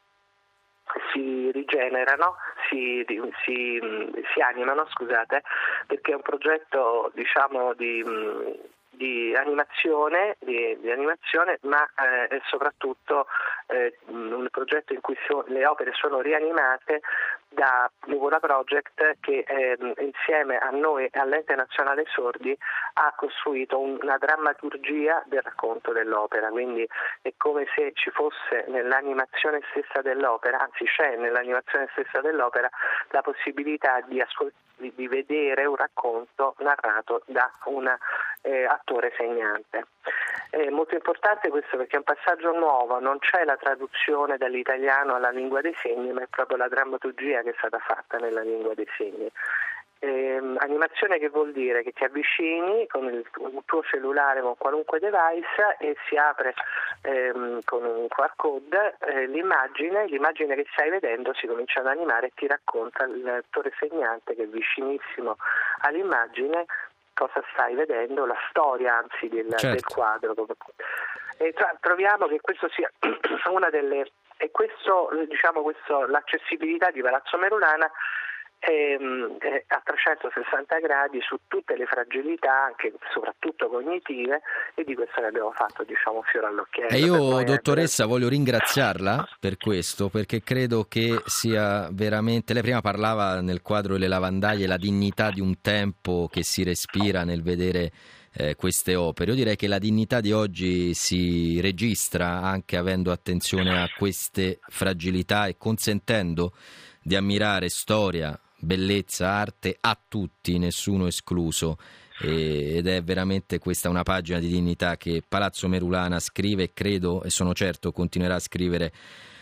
[SPEAKER 13] si rigenerano, si, si, si animano, scusate, perché è un progetto diciamo di, di animazione, di, di animazione, ma eh, è soprattutto eh, un progetto in cui so, le opere sono rianimate da Nuvola Project, che eh, insieme a noi e all'Ente Nazionale Sordi ha costruito una drammaturgia del racconto dell'opera, quindi è come se ci fosse nell'animazione stessa dell'opera, anzi c'è nell'animazione stessa dell'opera la possibilità di, ascol- di vedere un racconto narrato da un eh, attore segnante. È molto importante questo perché è un passaggio nuovo, non c'è la traduzione dall'italiano alla lingua dei segni, ma è proprio la drammaturgia che è stata fatta nella lingua dei segni. Eh, animazione che vuol dire che ti avvicini con il, il tuo cellulare, con qualunque device, e si apre ehm, con un Q R code eh, l'immagine, l'immagine che stai vedendo si comincia ad animare e ti racconta l'attore segnante, che è vicinissimo all'immagine, cosa stai vedendo, la storia anzi del, certo. del quadro. E tra, troviamo che questo sia una delle, e questo diciamo questo l'accessibilità di Palazzo Merulana è, è a trecentosessanta gradi su tutte le fragilità, anche soprattutto cognitive, e di questo ne abbiamo fatto diciamo un fiore all'occhiello.
[SPEAKER 2] E io, dottoressa, voglio ringraziarla per questo, perché credo che sia veramente, lei prima parlava nel quadro delle lavandaie, la dignità di un tempo che si respira nel vedere eh, queste opere. Io direi che la dignità di oggi si registra anche avendo attenzione a queste fragilità e consentendo di ammirare storia, bellezza, arte a tutti, nessuno escluso, e, ed è veramente questa una pagina di dignità che Palazzo Merulana scrive, e credo e sono certo continuerà a scrivere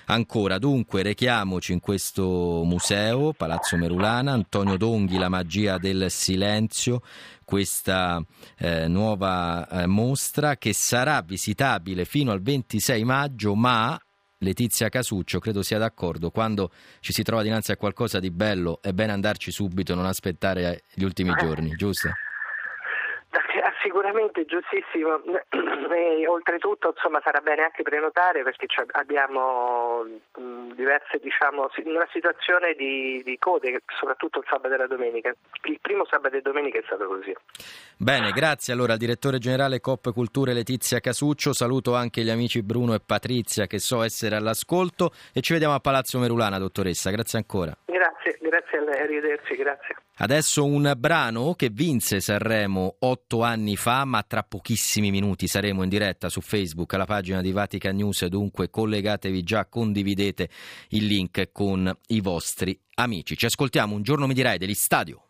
[SPEAKER 2] ancora. Dunque rechiamoci in questo museo, Palazzo Merulana, Antonio Donghi, La magia del silenzio, questa eh, nuova eh, mostra che sarà visitabile fino al ventisei maggio, ma Letizia Casuccio credo sia d'accordo, quando ci si trova dinanzi a qualcosa di bello è bene andarci subito, non aspettare gli ultimi giorni, giusto?
[SPEAKER 13] Sicuramente giustissimo, e oltretutto insomma sarà bene anche prenotare, perché abbiamo mh, diverse, diciamo, una situazione di, di code, soprattutto il sabato e la domenica. Il primo sabato e domenica è stato così.
[SPEAKER 2] Bene, grazie allora al direttore generale Coop Culture Letizia Casuccio, saluto anche gli amici Bruno e Patrizia che so essere all'ascolto e ci vediamo a Palazzo Merulana, dottoressa, grazie ancora.
[SPEAKER 13] Grazie, grazie a lei, arrivederci, grazie.
[SPEAKER 2] Adesso un brano che vinse Sanremo otto anni fa, ma tra pochissimi minuti saremo in diretta su Facebook alla pagina di Vatican News, dunque collegatevi già, condividete il link con i vostri amici. Ci ascoltiamo Un giorno mi dirai degli Stadio.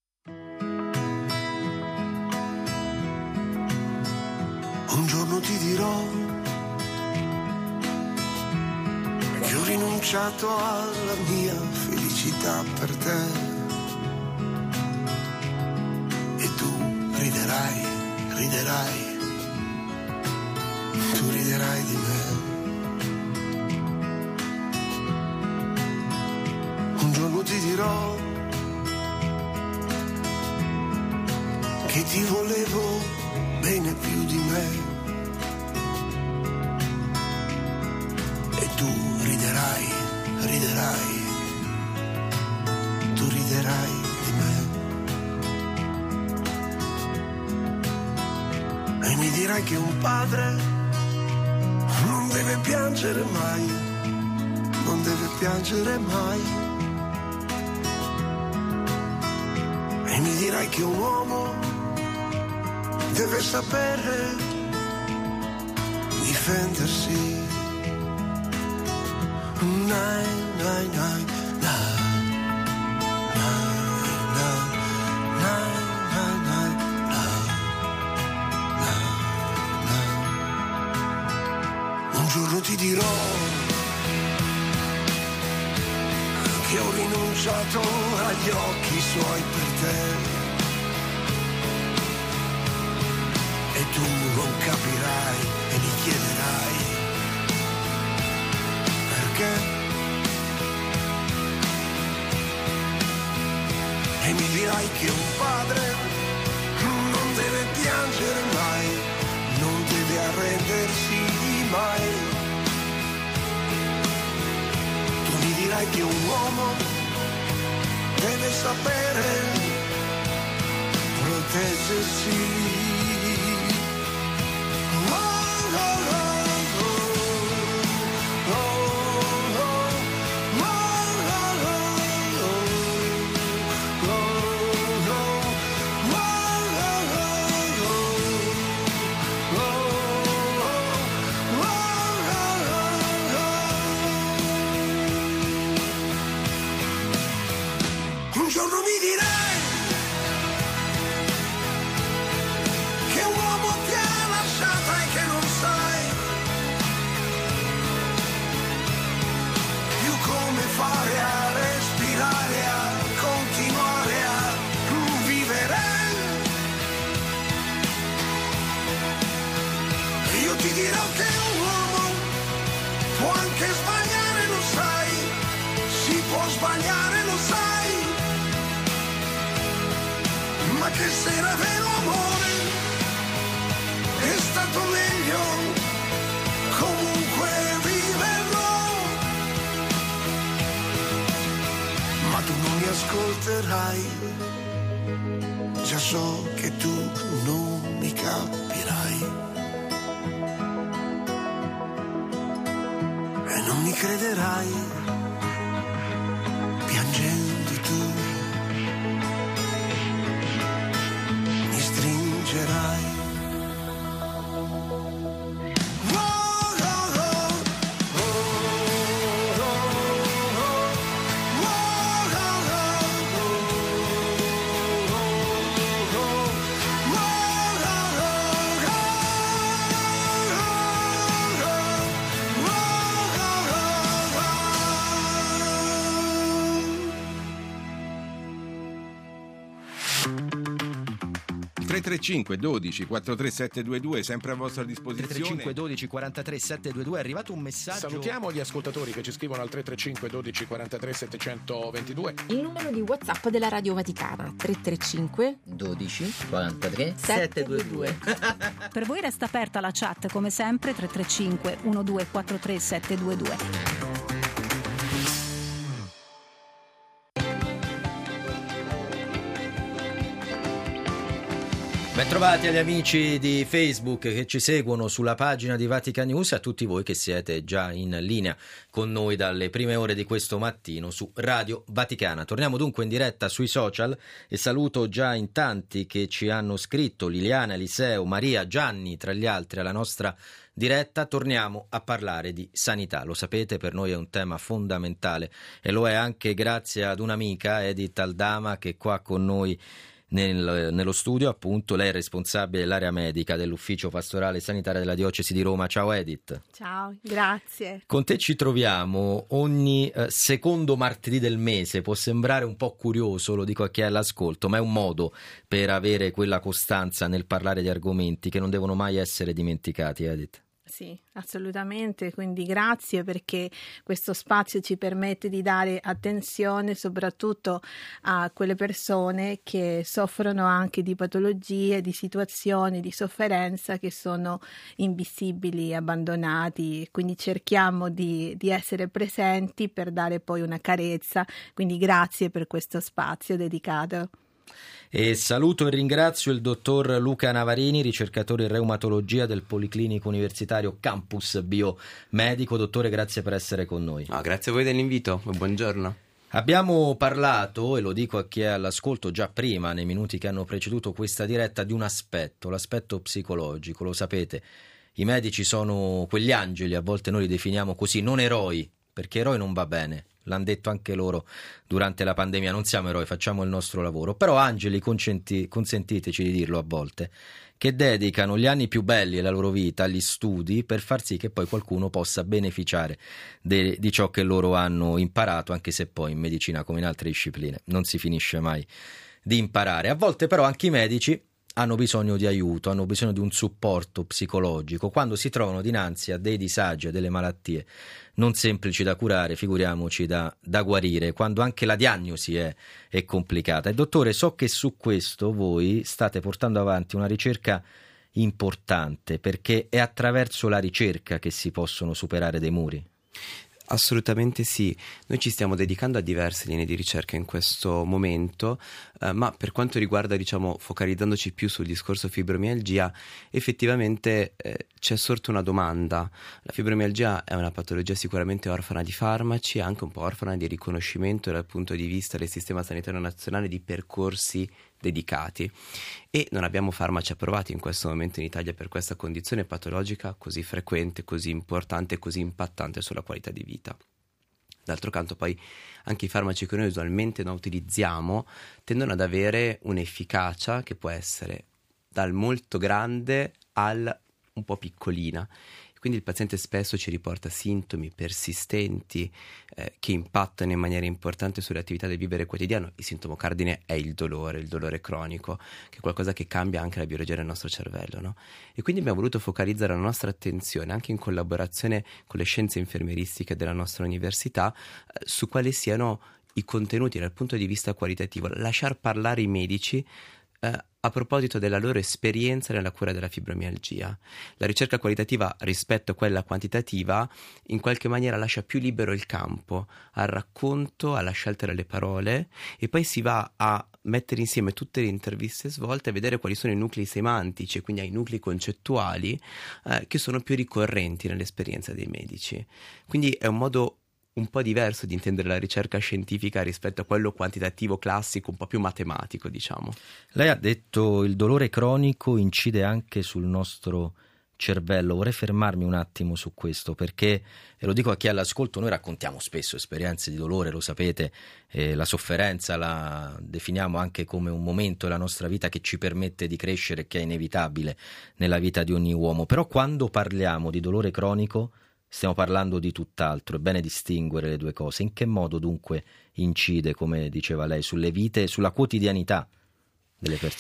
[SPEAKER 14] Un giorno ti dirò che ho rinunciato alla mia felicità per te. E tu riderai, riderai, tu riderai di me. Un giorno ti dirò che ti volevo bene più di me. E tu riderai, riderai, tu riderai di me. E mi dirai che un padre non deve piangere mai, non deve piangere mai. E mi dirai che un uomo deve sapere difendersi. Nai, nai, nai, nai. Un giorno ti dirò che ho rinunciato agli occhi suoi per te. E tu non capirai e mi chiederai perché. E mi dirai che un padre non deve piangere mai, non deve arrendersi mai. Tu mi dirai che un uomo deve sapere proteggersi. Un giorno mi dirai che un uomo ti ha lasciata e che non sai più come fare a respirare, a continuare a vivere. Io ti dirò che un uomo può anche sbagliare, lo sai, si può sbagliare, lo sai. Ma che se era vero amore è stato meglio comunque viverlo. Ma tu non mi ascolterai, già so che tu non mi capirai e non mi crederai piangendo tu. Stringerai.
[SPEAKER 15] tre tre cinque dodici quarantatré settecentoventidue, sempre a vostra
[SPEAKER 2] tre
[SPEAKER 15] disposizione.
[SPEAKER 2] tre cinque dodici quarantatré settecentoventidue. È arrivato un messaggio.
[SPEAKER 16] Salutiamo gli ascoltatori che ci scrivono al tre tre cinque dodici quarantatré settecentoventidue.
[SPEAKER 17] Il numero di WhatsApp della Radio Vaticana tre tre cinque
[SPEAKER 18] dodici quarantatré settecentoventidue.
[SPEAKER 10] Per voi resta aperta la chat come sempre tre tre cinque uno due quattro tre sette due due.
[SPEAKER 2] Bentrovati agli amici di Facebook che ci seguono sulla pagina di Vatican News e a tutti voi che siete già in linea con noi dalle prime ore di questo mattino su Radio Vaticana. Torniamo dunque in diretta sui social e saluto già in tanti che ci hanno scritto: Liliana, Eliseo, Maria, Gianni tra gli altri alla nostra diretta. Torniamo a parlare di sanità, lo sapete, per noi è un tema fondamentale e lo è anche grazie ad un'amica, Edith Aldama, che è qua con noi Nel, nello studio. Appunto, lei è responsabile dell'area medica dell'ufficio pastorale sanitario della diocesi di Roma. Ciao Edith.
[SPEAKER 19] Ciao, grazie.
[SPEAKER 2] Con te ci troviamo ogni eh, secondo martedì del mese. Può sembrare un po' curioso, lo dico a chi è all'ascolto, ma è un modo per avere quella costanza nel parlare di argomenti che non devono mai essere dimenticati, Edith.
[SPEAKER 19] Sì, assolutamente, quindi grazie, perché questo spazio ci permette di dare attenzione soprattutto a quelle persone che soffrono anche di patologie, di situazioni di sofferenza che sono invisibili, abbandonati, quindi cerchiamo di, di essere presenti per dare poi una carezza, quindi grazie per questo spazio dedicato.
[SPEAKER 2] E saluto e ringrazio il dottor Luca Navarini, ricercatore in reumatologia del Policlinico Universitario Campus Biomedico. Dottore, grazie per essere con noi.
[SPEAKER 20] No, grazie a voi dell'invito, buongiorno.
[SPEAKER 2] Abbiamo parlato, e lo dico a chi è all'ascolto già prima, nei minuti che hanno preceduto questa diretta, di un aspetto, l'aspetto psicologico. Lo sapete, i medici sono quegli angeli, a volte noi li definiamo così, non eroi, perché eroi non va bene. L'hanno detto anche loro durante la pandemia, non siamo eroi, facciamo il nostro lavoro, però angeli, consenti, consentiteci di dirlo a volte, che dedicano gli anni più belli della loro vita agli studi per far sì che poi qualcuno possa beneficiare de, di ciò che loro hanno imparato, anche se poi in medicina come in altre discipline non si finisce mai di imparare. A volte però anche i medici hanno bisogno di aiuto, hanno bisogno di un supporto psicologico quando si trovano dinanzi a dei disagi, a delle malattie non semplici da curare, figuriamoci da, da guarire, quando anche la diagnosi è, è complicata. E dottore, so che su questo voi state portando avanti una ricerca importante, perché è attraverso la ricerca che si possono superare dei muri.
[SPEAKER 20] Assolutamente sì, noi ci stiamo dedicando a diverse linee di ricerca in questo momento, eh, ma per quanto riguarda, diciamo, focalizzandoci più sul discorso fibromialgia, effettivamente eh, c'è sorta una domanda. La fibromialgia è una patologia sicuramente orfana di farmaci, anche un po' orfana di riconoscimento dal punto di vista del sistema sanitario nazionale, di percorsi dedicati, e non abbiamo farmaci approvati in questo momento in Italia per questa condizione patologica così frequente, così importante e così impattante sulla qualità di vita. D'altro canto poi anche i farmaci che noi usualmente non utilizziamo tendono ad avere un'efficacia che può essere dal molto grande al un po' piccolina. Quindi il paziente spesso ci riporta sintomi persistenti eh, che impattano in maniera importante sulle attività del vivere quotidiano. Il sintomo cardine è il dolore, il dolore cronico, che è qualcosa che cambia anche la biologia del nostro cervello, no? E quindi abbiamo voluto focalizzare la nostra attenzione, anche in collaborazione con le scienze infermieristiche della nostra università, eh, su quali siano i contenuti dal punto di vista qualitativo, lasciar parlare i medici eh, a proposito della loro esperienza nella cura della fibromialgia. La ricerca qualitativa rispetto a quella quantitativa in qualche maniera lascia più libero il campo al racconto, alla scelta delle parole, e poi si va a mettere insieme tutte le interviste svolte e vedere quali sono i nuclei semantici e quindi i nuclei concettuali eh, che sono più ricorrenti nell'esperienza dei medici. Quindi è un modo un po' diverso di intendere la ricerca scientifica rispetto a quello quantitativo classico, un po' più matematico, diciamo.
[SPEAKER 2] Lei ha detto il dolore cronico incide anche sul nostro cervello. Vorrei fermarmi un attimo su questo, perché, e lo dico a chi è all'ascolto, noi raccontiamo spesso esperienze di dolore, lo sapete, eh, la sofferenza la definiamo anche come un momento della nostra vita che ci permette di crescere, che è inevitabile nella vita di ogni uomo. Però quando parliamo di dolore cronico stiamo parlando di tutt'altro, è bene distinguere le due cose. In che modo dunque incide, come diceva lei, sulle vite, sulla quotidianità delle persone?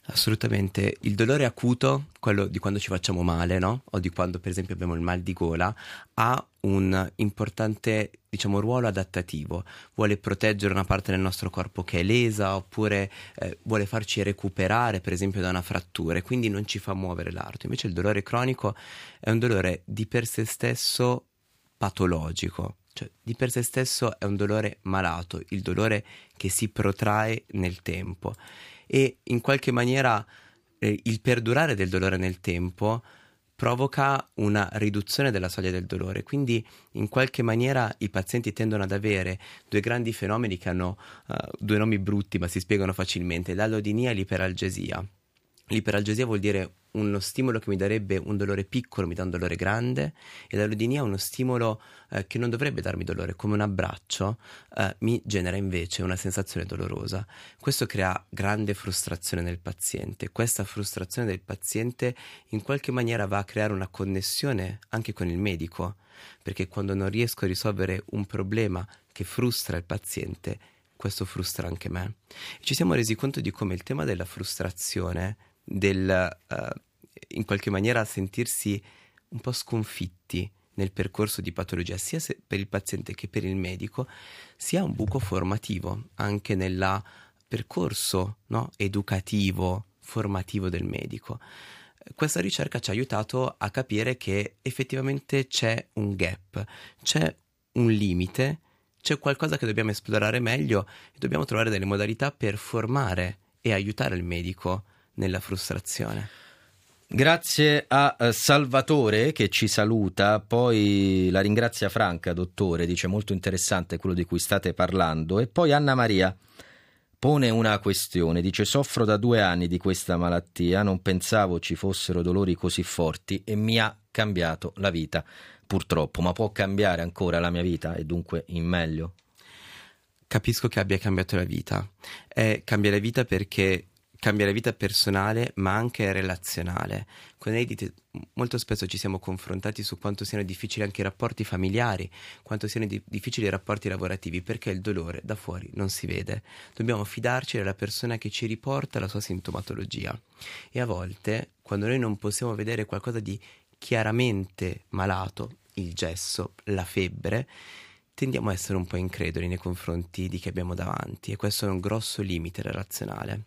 [SPEAKER 20] Assolutamente. Il dolore acuto, quello di quando ci facciamo male, no? O di quando per esempio abbiamo il mal di gola, ha un importante, diciamo, ruolo adattativo. Vuole proteggere una parte del nostro corpo che è lesa, oppure eh, vuole farci recuperare per esempio da una frattura, e quindi non ci fa muovere l'arto. Invece il dolore cronico è un dolore di per sé stesso patologico, cioè di per sé stesso è un dolore malato, il dolore che si protrae nel tempo. E in qualche maniera eh, il perdurare del dolore nel tempo provoca una riduzione della soglia del dolore, quindi in qualche maniera i pazienti tendono ad avere due grandi fenomeni che hanno uh, due nomi brutti ma si spiegano facilmente: l'allodinia e l'iperalgesia. L'iperalgesia vuol dire uno stimolo che mi darebbe un dolore piccolo, mi dà un dolore grande, e l'allodinia è uno stimolo eh, che non dovrebbe darmi dolore, come un abbraccio, eh, mi genera invece una sensazione dolorosa. Questo crea grande frustrazione nel paziente. Questa frustrazione del paziente in qualche maniera va a creare una connessione anche con il medico, perché quando non riesco a risolvere un problema che frustra il paziente, questo frustra anche me. E ci siamo resi conto di come il tema della frustrazione, del uh, in qualche maniera sentirsi un po' sconfitti nel percorso di patologia, sia se per il paziente che per il medico, sia un buco formativo anche nel percorso, no, educativo, formativo del medico. Questa ricerca ci ha aiutato a capire che effettivamente c'è un gap, c'è un limite, c'è qualcosa che dobbiamo esplorare meglio e dobbiamo trovare delle modalità per formare e aiutare il medico nella frustrazione.
[SPEAKER 2] Grazie a Salvatore che ci saluta, poi la ringrazia Franca, dottore, dice molto interessante quello di cui state parlando, e poi Anna Maria pone una questione, dice: soffro da due anni di questa malattia, non pensavo ci fossero dolori così forti e mi ha cambiato la vita, purtroppo, ma può cambiare ancora la mia vita e dunque in meglio?
[SPEAKER 20] Capisco che abbia cambiato la vita, eh, cambia la vita perché cambia la vita personale ma anche relazionale. Con Edith molto spesso ci siamo confrontati su quanto siano difficili anche i rapporti familiari, quanto siano di- difficili i rapporti lavorativi, perché il dolore da fuori non si vede. Dobbiamo fidarci della persona che ci riporta la sua sintomatologia, e a volte quando noi non possiamo vedere qualcosa di chiaramente malato, il gesso, la febbre, tendiamo a essere un po' increduli nei confronti di chi abbiamo davanti, e questo è un grosso limite relazionale.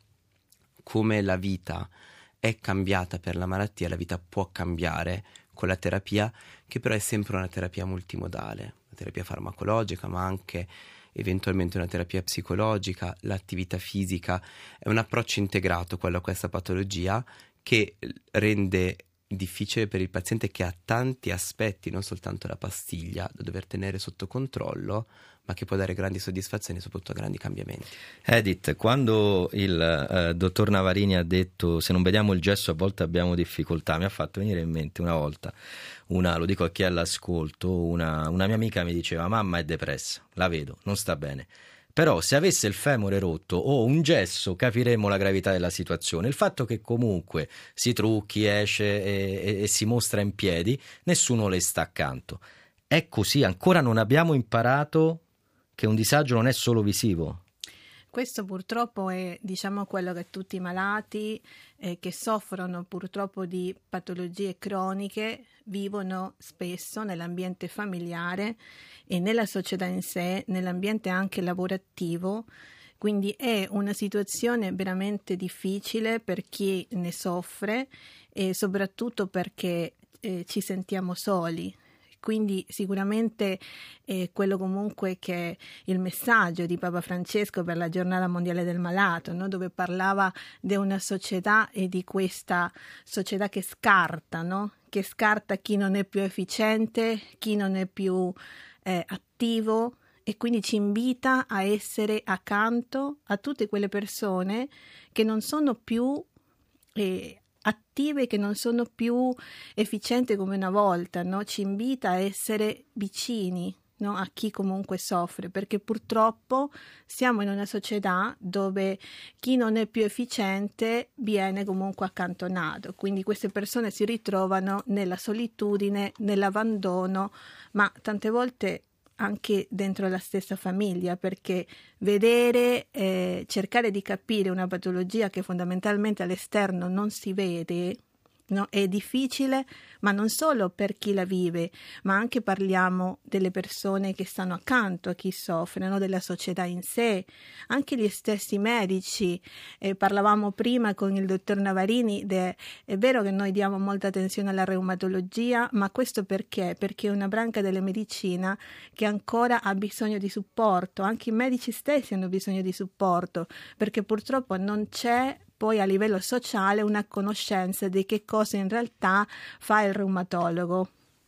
[SPEAKER 20] Come la vita è cambiata per la malattia, la vita può cambiare con la terapia, che però è sempre una terapia multimodale, una terapia farmacologica, ma anche eventualmente una terapia psicologica, l'attività fisica. È un approccio integrato quello a questa patologia, che rende difficile per il paziente, che ha tanti aspetti, non soltanto la pastiglia da dover tenere sotto controllo, ma che può dare grandi soddisfazioni e soprattutto grandi cambiamenti.
[SPEAKER 2] Edith, quando il eh, dottor Navarini ha detto se non vediamo il gesso a volte abbiamo difficoltà, mi ha fatto venire in mente una volta, una, lo dico a chi è all'ascolto, una, una mia amica mi diceva: mamma è depressa, la vedo, non sta bene. Però se avesse il femore rotto o un gesso capiremmo la gravità della situazione. Il fatto che comunque si trucchi, esce e, e, e si mostra in piedi, nessuno le sta accanto. È così, ancora non abbiamo imparato che un disagio non è solo visivo.
[SPEAKER 19] Questo purtroppo è, diciamo, quello che tutti i malati eh, che soffrono purtroppo di patologie croniche vivono spesso nell'ambiente familiare e nella società in sé, nell'ambiente anche lavorativo. Quindi è una situazione veramente difficile per chi ne soffre, e soprattutto perché eh, ci sentiamo soli. Quindi sicuramente è quello comunque che il messaggio di Papa Francesco per la giornata mondiale del malato, no? Dove parlava di una società e di questa società che scarta, no? Che scarta chi non è più efficiente, chi non è più eh, attivo, e quindi ci invita a essere accanto a tutte quelle persone che non sono più eh, attive, che non sono più efficienti come una volta, no? Ci invita a essere vicini, no? A chi comunque soffre, perché purtroppo siamo in una società dove chi non è più efficiente viene comunque accantonato, quindi queste persone si ritrovano nella solitudine, nell'abbandono, ma tante volte anche dentro la stessa famiglia, perché vedere, eh, cercare di capire una patologia che fondamentalmente all'esterno non si vede, no, è difficile, ma non solo per chi la vive, ma anche parliamo delle persone che stanno accanto a chi soffre, no, della società in sé, anche gli stessi medici. Eh, parlavamo prima con il dottor Navarini, de, è vero che noi diamo molta attenzione alla reumatologia, ma questo perché? Perché è una branca della medicina che ancora ha bisogno di supporto, anche i medici stessi hanno bisogno di supporto, perché purtroppo non c'è poi a livello sociale una conoscenza di che cosa in realtà fa il reumatologo.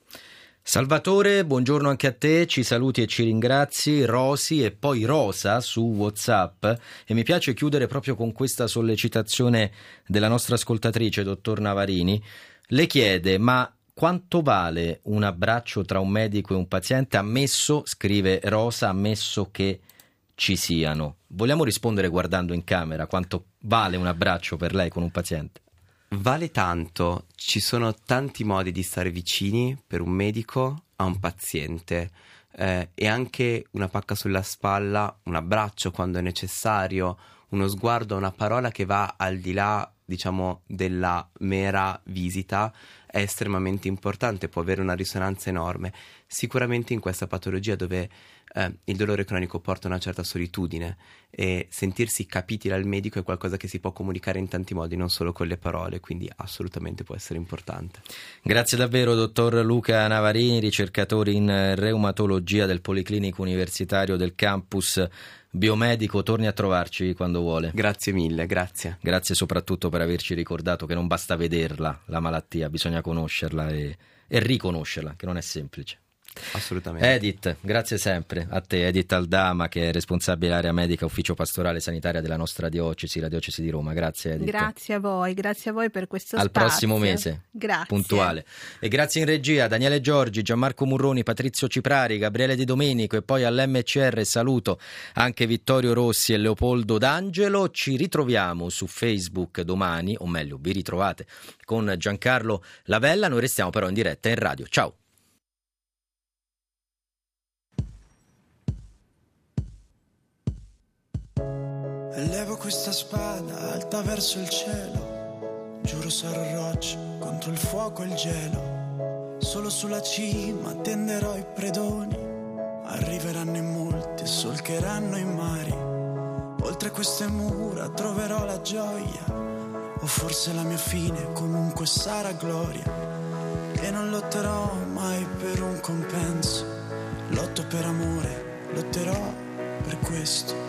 [SPEAKER 2] Salvatore, buongiorno anche a te, ci saluti e ci ringrazi, Rosi e poi Rosa su WhatsApp, e mi piace chiudere proprio con questa sollecitazione della nostra ascoltatrice, dottor Navarini. Le chiede: ma quanto vale un abbraccio tra un medico e un paziente, ammesso, scrive Rosa, ammesso che ci siano? Vogliamo rispondere guardando in camera quanto vale un abbraccio per lei con un paziente?
[SPEAKER 20] Vale tanto, ci sono tanti modi di stare vicini per un medico a un paziente, eh, e anche una pacca sulla spalla, un abbraccio quando è necessario, uno sguardo, una parola che va al di là, diciamo, della mera visita è estremamente importante, può avere una risonanza enorme. Sicuramente in questa patologia dove eh, il dolore cronico porta una certa solitudine, e sentirsi capiti dal medico è qualcosa che si può comunicare in tanti modi, non solo con le parole, quindi assolutamente può essere importante.
[SPEAKER 2] Grazie davvero, dottor Luca Navarini, ricercatore in reumatologia del Policlinico Universitario del Campus Biomedico. Torni a trovarci quando vuole.
[SPEAKER 20] Grazie mille, grazie.
[SPEAKER 2] Grazie soprattutto per averci ricordato che non basta vederla la malattia, bisogna conoscerla e, e riconoscerla, che non è semplice.
[SPEAKER 20] Assolutamente.
[SPEAKER 2] Edith, grazie sempre a te, Edith Aldama, che è responsabile area medica ufficio pastorale sanitaria della nostra diocesi, la diocesi di Roma. Grazie Edith.
[SPEAKER 19] Grazie a voi, grazie a voi per questo
[SPEAKER 2] Al
[SPEAKER 19] spazio.
[SPEAKER 2] prossimo mese.
[SPEAKER 19] Grazie.
[SPEAKER 2] Puntuale. E grazie in regia Daniele Giorgi, Gianmarco Murroni, Patrizio Ciprari, Gabriele Di Domenico, e poi all'M C R saluto anche Vittorio Rossi e Leopoldo D'Angelo. Ci ritroviamo su Facebook domani, o meglio vi ritrovate con Giancarlo Lavella. Noi restiamo però in diretta in radio. Ciao.
[SPEAKER 12] Elevo questa spada alta verso il cielo, giuro sarò roccia contro il fuoco e il gelo. Solo sulla cima tenderò i predoni, arriveranno in molti e solcheranno i mari. Oltre queste mura troverò la gioia, o forse la mia fine comunque sarà gloria. E non lotterò mai per un compenso, lotto per amore, lotterò per questo.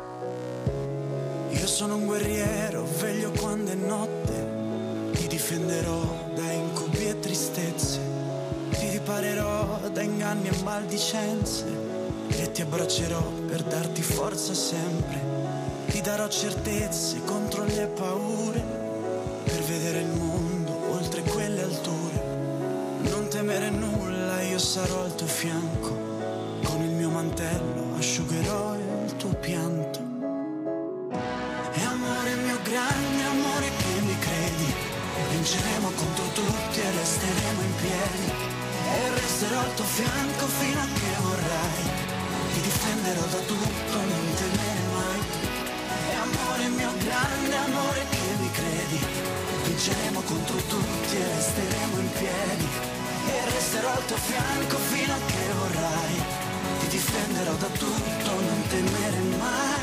[SPEAKER 12] Io sono un guerriero, veglio quando è notte, ti difenderò da incubi e tristezze, ti riparerò da inganni e maldicenze, e ti abbraccerò per darti forza sempre, ti darò certezze contro le paure, per vedere il mondo oltre quelle alture. Non temere nulla, io sarò al tuo fianco, con il mio mantello asciugherò il tuo pianto. E amore mio grande amore che mi credi, vinceremo contro tutti e resteremo in piedi, e resterò al tuo fianco fino a che vorrai, ti difenderò da tutto, non temere mai. E amore mio grande amore che mi credi, vinceremo contro tutti e resteremo in piedi, e resterò al tuo fianco fino a che vorrai, ti difenderò da tutto, non temere mai.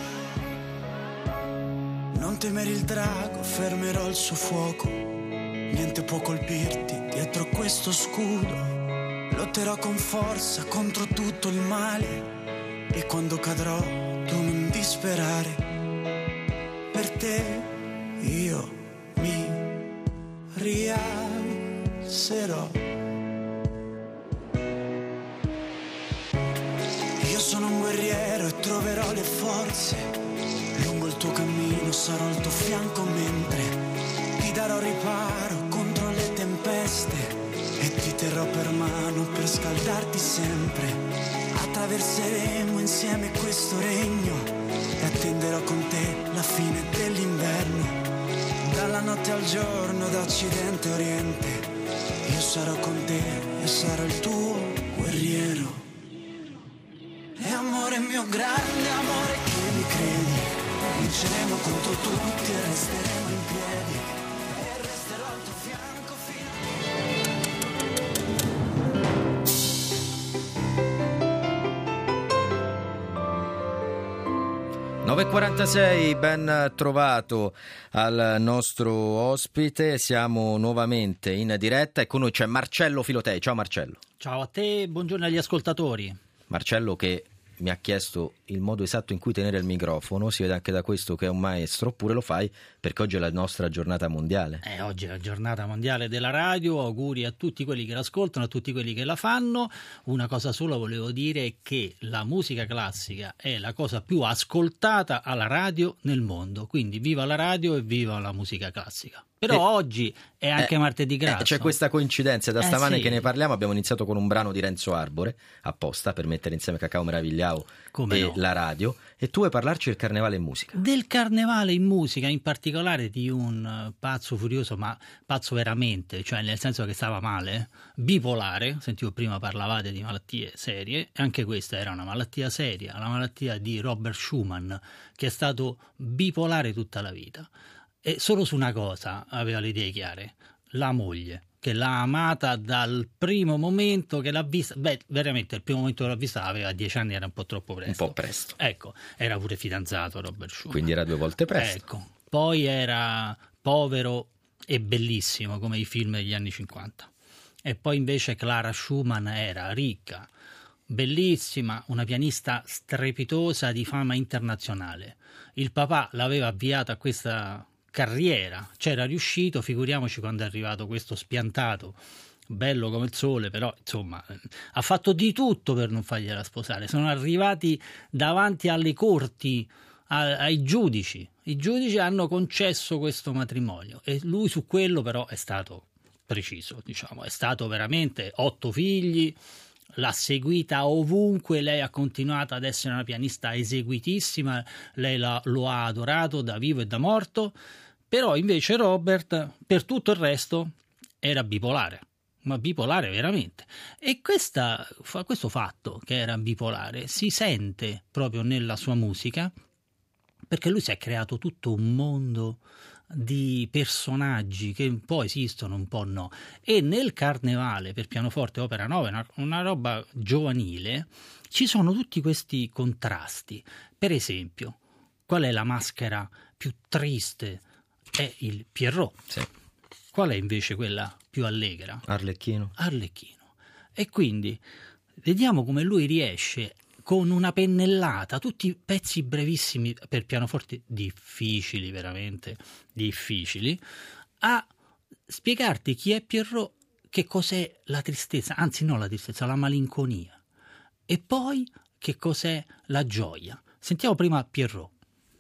[SPEAKER 12] Non temere il drago, fermerò il suo fuoco, niente può colpirti dietro questo scudo. Lotterò con forza contro tutto il male, e quando cadrò tu non disperare. Per te io mi rialzerò. Io sono un guerriero e troverò le forze, lungo il tuo cammino sarò al tuo fianco mentre ti darò riparo contro le tempeste, e ti terrò per mano per scaldarti sempre. Attraverseremo insieme questo regno, e attenderò con te la fine dell'inverno. Dalla notte al giorno, da occidente a oriente, io sarò con te e sarò il tuo guerriero.
[SPEAKER 7] grande amore che mi credi, vinceremo contro tutti e resteremo in piedi, e resterò al tuo fianco fino
[SPEAKER 2] nove e quarantasei, ben trovato al nostro ospite, siamo nuovamente in diretta e con noi c'è Marcello Filotei. Ciao Marcello.
[SPEAKER 21] Ciao a te, buongiorno agli ascoltatori.
[SPEAKER 2] Marcello che mi ha chiesto il modo esatto in cui tenere il microfono, si vede anche da questo che è un maestro, oppure lo fai perché oggi è la nostra giornata mondiale.
[SPEAKER 21] Eh, oggi è la giornata mondiale della radio, auguri a tutti quelli che l'ascoltano, a tutti quelli che la fanno. Una cosa sola volevo dire, è che la musica classica è la cosa più ascoltata alla radio nel mondo, quindi viva la radio e viva la musica classica. Però eh, oggi è anche eh, martedì grasso.
[SPEAKER 2] Eh, c'è questa coincidenza, da
[SPEAKER 21] eh,
[SPEAKER 2] stamane
[SPEAKER 21] sì.
[SPEAKER 2] che ne parliamo. Abbiamo iniziato con un brano di Renzo Arbore, apposta per mettere insieme Cacao Meravigliao
[SPEAKER 21] Come
[SPEAKER 2] e
[SPEAKER 21] no.
[SPEAKER 2] la radio, e tu vuoi parlarci del carnevale in musica.
[SPEAKER 21] Del carnevale in musica, in particolare di un pazzo furioso, ma pazzo veramente, cioè nel senso che stava male, bipolare. Sentivo prima parlavate di malattie serie, e anche questa era una malattia seria, la malattia di Robert Schumann, che è stato bipolare tutta la vita. E solo su una cosa aveva le idee chiare: la moglie, che l'ha amata dal primo momento che l'ha vista. Beh, veramente il primo momento che l'ha vista aveva dieci anni, era un po' troppo presto.
[SPEAKER 2] Un po' presto.
[SPEAKER 21] Ecco, era pure fidanzato Robert Schumann.
[SPEAKER 2] Quindi era due volte presto.
[SPEAKER 21] Ecco, poi era povero e bellissimo come i film degli anni cinquanta. E poi invece Clara Schumann era ricca, bellissima, una pianista strepitosa di fama internazionale. Il papà l'aveva avviata a questa carriera, c'era riuscito, figuriamoci quando è arrivato questo spiantato, bello come il sole, però insomma ha fatto di tutto per non fargliela sposare. Sono arrivati davanti alle corti, a, ai giudici, i giudici hanno concesso questo matrimonio e lui su quello però è stato preciso, diciamo, è stato veramente otto figli, l'ha seguita ovunque, lei ha continuato ad essere una pianista eseguitissima, lei la, lo ha adorato da vivo e da morto. Però invece Robert, per tutto il resto, era bipolare, ma bipolare veramente. E questa, questo fatto che era bipolare si sente proprio nella sua musica, perché lui si è creato tutto un mondo di personaggi che un po' esistono, un po' no. E nel Carnevale per pianoforte opera nove, una, una roba giovanile, ci sono tutti questi contrasti. Per esempio, qual è la maschera più triste? È il Pierrot.
[SPEAKER 2] Sì.
[SPEAKER 21] Qual è invece quella più allegra?
[SPEAKER 2] Arlecchino.
[SPEAKER 21] Arlecchino. E quindi vediamo come lui riesce con una pennellata, tutti pezzi brevissimi per pianoforte difficili, veramente difficili, a spiegarti chi è Pierrot, che cos'è la tristezza, anzi no la tristezza, la malinconia, e poi che cos'è la gioia. Sentiamo prima Pierrot.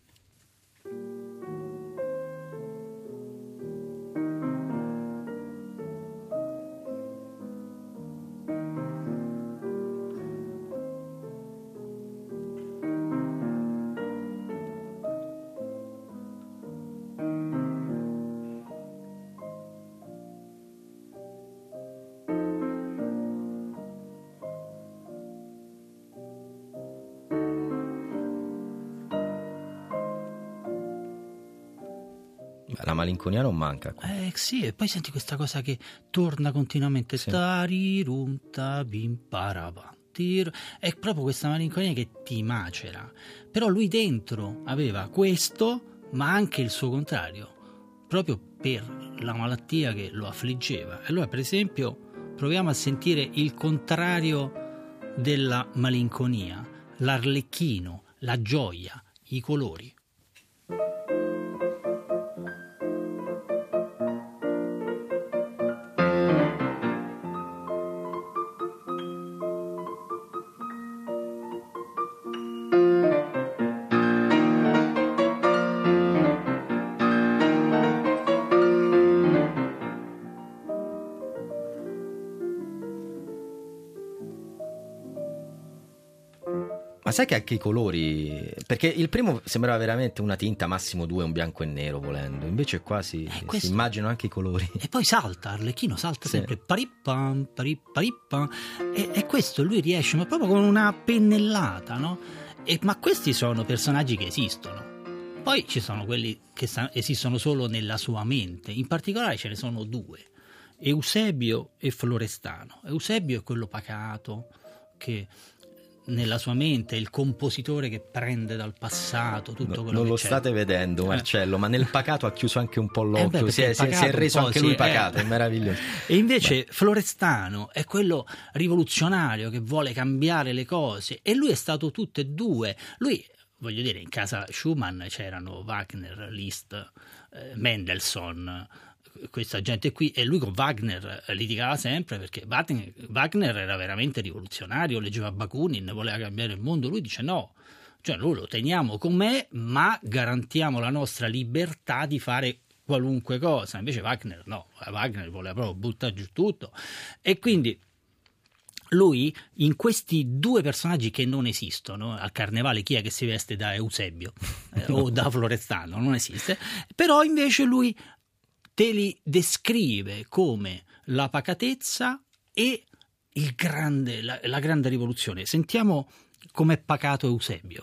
[SPEAKER 2] La malinconia non manca qua.
[SPEAKER 21] Eh sì, e poi senti questa cosa che torna continuamente.
[SPEAKER 2] Sì.
[SPEAKER 21] Tarirum tabim paravam. È proprio questa malinconia che ti macera. Però lui dentro aveva questo, ma anche il suo contrario, proprio per la malattia che lo affliggeva. Allora, per esempio, proviamo a sentire il contrario della malinconia, l'arlecchino, la gioia, i colori.
[SPEAKER 2] Ma sai che anche i colori, perché il primo sembrava veramente una tinta, massimo due, un bianco e nero volendo, invece qua si,
[SPEAKER 21] eh, questo...
[SPEAKER 2] si immaginano anche i colori.
[SPEAKER 21] E poi salta, Arlecchino salta
[SPEAKER 2] sì.
[SPEAKER 21] sempre, paripam, paripam, e, e questo lui riesce, ma proprio con una pennellata, no? e, ma questi sono personaggi che esistono. Poi ci sono quelli che sa- esistono solo nella sua mente, in particolare ce ne sono due, Eusebio e Florestano. Eusebio è quello pacato che nella sua mente è il compositore che prende dal passato tutto
[SPEAKER 2] no,
[SPEAKER 21] quello
[SPEAKER 2] non
[SPEAKER 21] che
[SPEAKER 2] lo
[SPEAKER 21] c'è.
[SPEAKER 2] state vedendo, Marcello, eh. ma nel pacato ha chiuso anche un po' l'occhio,
[SPEAKER 21] eh beh,
[SPEAKER 2] si, è, si, è, si è reso anche lui pacato,
[SPEAKER 21] eh.
[SPEAKER 2] è meraviglioso.
[SPEAKER 21] E invece beh. Florestano è quello rivoluzionario che vuole cambiare le cose, e lui è stato tutte e due. Lui, voglio dire, in casa Schumann c'erano Wagner, Liszt, eh, Mendelssohn, questa gente qui, e lui con Wagner litigava sempre perché Wagner, Wagner era veramente rivoluzionario, leggeva Bakunin, voleva cambiare il mondo. Lui dice no, cioè noi lo teniamo com'è, ma garantiamo la nostra libertà di fare qualunque cosa. Invece Wagner no, Wagner voleva proprio buttare giù tutto. E quindi lui, in questi due personaggi che non esistono, al carnevale chi è che si veste da Eusebio eh, o da Florestano? Non esiste. Però invece lui te li descrive come la pacatezza e il grande, la, la grande rivoluzione. Sentiamo com'è pacato Eusebio.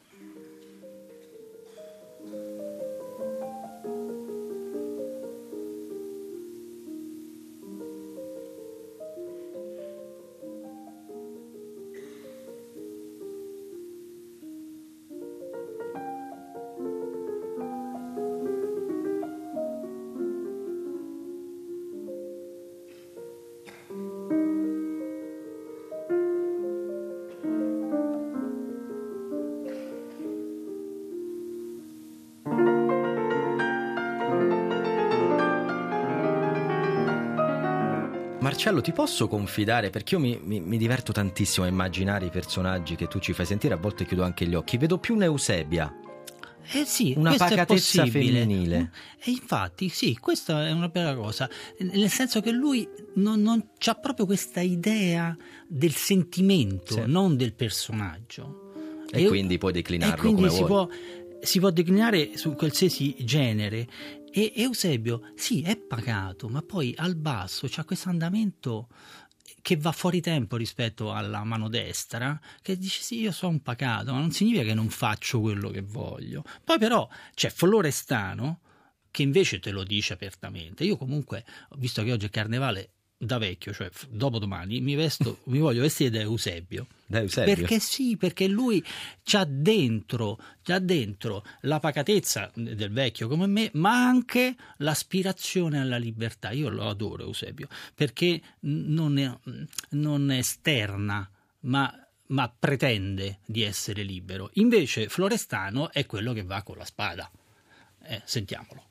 [SPEAKER 2] Marcello, ti posso confidare, perché io mi, mi, mi diverto tantissimo a immaginare i personaggi che tu ci fai sentire, a volte chiudo anche gli occhi, vedo più un'Eusebia.
[SPEAKER 21] Eh sì,
[SPEAKER 2] una pacatezza femminile.
[SPEAKER 21] E infatti sì, questa è una bella cosa, nel senso che lui non, non c'ha proprio questa idea del sentimento, sì, non del personaggio.
[SPEAKER 2] E, e quindi puoi declinarlo
[SPEAKER 21] e quindi
[SPEAKER 2] come
[SPEAKER 21] si
[SPEAKER 2] vuoi.
[SPEAKER 21] Può, si può declinare su qualsiasi genere. E Eusebio sì, è pacato, ma poi al basso c'ha questo andamento che va fuori tempo rispetto alla mano destra, che dice sì, io sono un pacato, ma non significa che non faccio quello che voglio. Poi però c'è Florestano che invece te lo dice apertamente. Io comunque, visto che oggi è carnevale, da vecchio, cioè dopodomani, mi vesto, mi voglio vestire da Eusebio.
[SPEAKER 2] Da Eusebio?
[SPEAKER 21] Perché sì, perché lui c'ha dentro, c'ha dentro la pacatezza del vecchio come me, ma anche l'aspirazione alla libertà. Io lo adoro Eusebio, perché non è, non è esterna, ma, ma pretende di essere libero. Invece Florestano è quello che va con la spada. Eh, sentiamolo.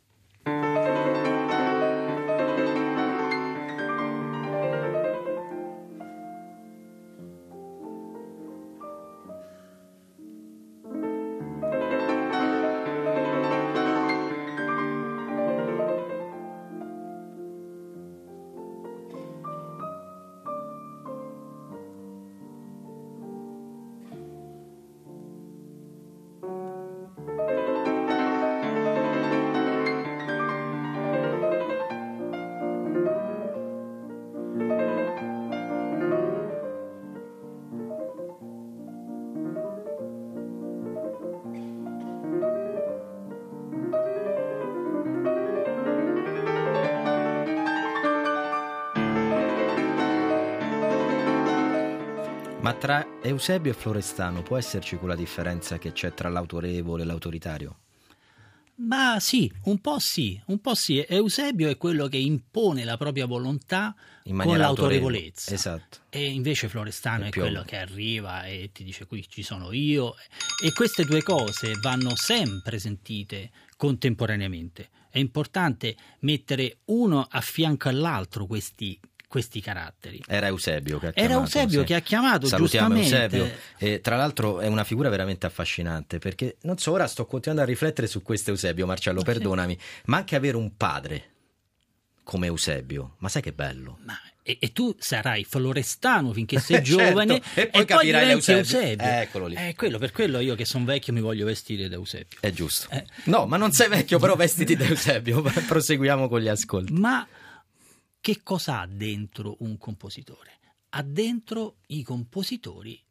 [SPEAKER 2] Ma tra Eusebio e Florestano può esserci quella differenza che c'è tra l'autorevole e l'autoritario?
[SPEAKER 21] Ma sì, un po' sì, un po' sì. Eusebio è quello che impone la propria volontà con l'autorevolezza.
[SPEAKER 2] Esatto.
[SPEAKER 21] E invece Florestano è,
[SPEAKER 2] è
[SPEAKER 21] quello che arriva e ti dice qui ci sono io. E queste due cose vanno sempre sentite contemporaneamente. È importante mettere uno a fianco all'altro questi questi caratteri.
[SPEAKER 2] Era Eusebio che ha chiamato.
[SPEAKER 21] Era Eusebio sì. che ha chiamato,
[SPEAKER 2] Salutiamo
[SPEAKER 21] giustamente.
[SPEAKER 2] Eusebio. E tra l'altro è una figura veramente affascinante, perché non so, ora sto continuando a riflettere su questo Eusebio, Marcello, perdonami, sì. ma anche avere un padre come Eusebio, ma sai che bello.
[SPEAKER 21] Ma e, e tu sarai florestano finché sei giovane
[SPEAKER 2] certo. e poi
[SPEAKER 21] e
[SPEAKER 2] capirai
[SPEAKER 21] poi
[SPEAKER 2] Eusebio.
[SPEAKER 21] Eusebio.
[SPEAKER 2] Eccolo lì.
[SPEAKER 21] È quello, per quello io che sono vecchio mi voglio vestire da Eusebio.
[SPEAKER 2] È giusto. Eh. No, ma non sei vecchio, però vestiti da Eusebio. Proseguiamo con gli ascolti.
[SPEAKER 21] Ma che cosa ha dentro un compositore? Ha dentro i compositori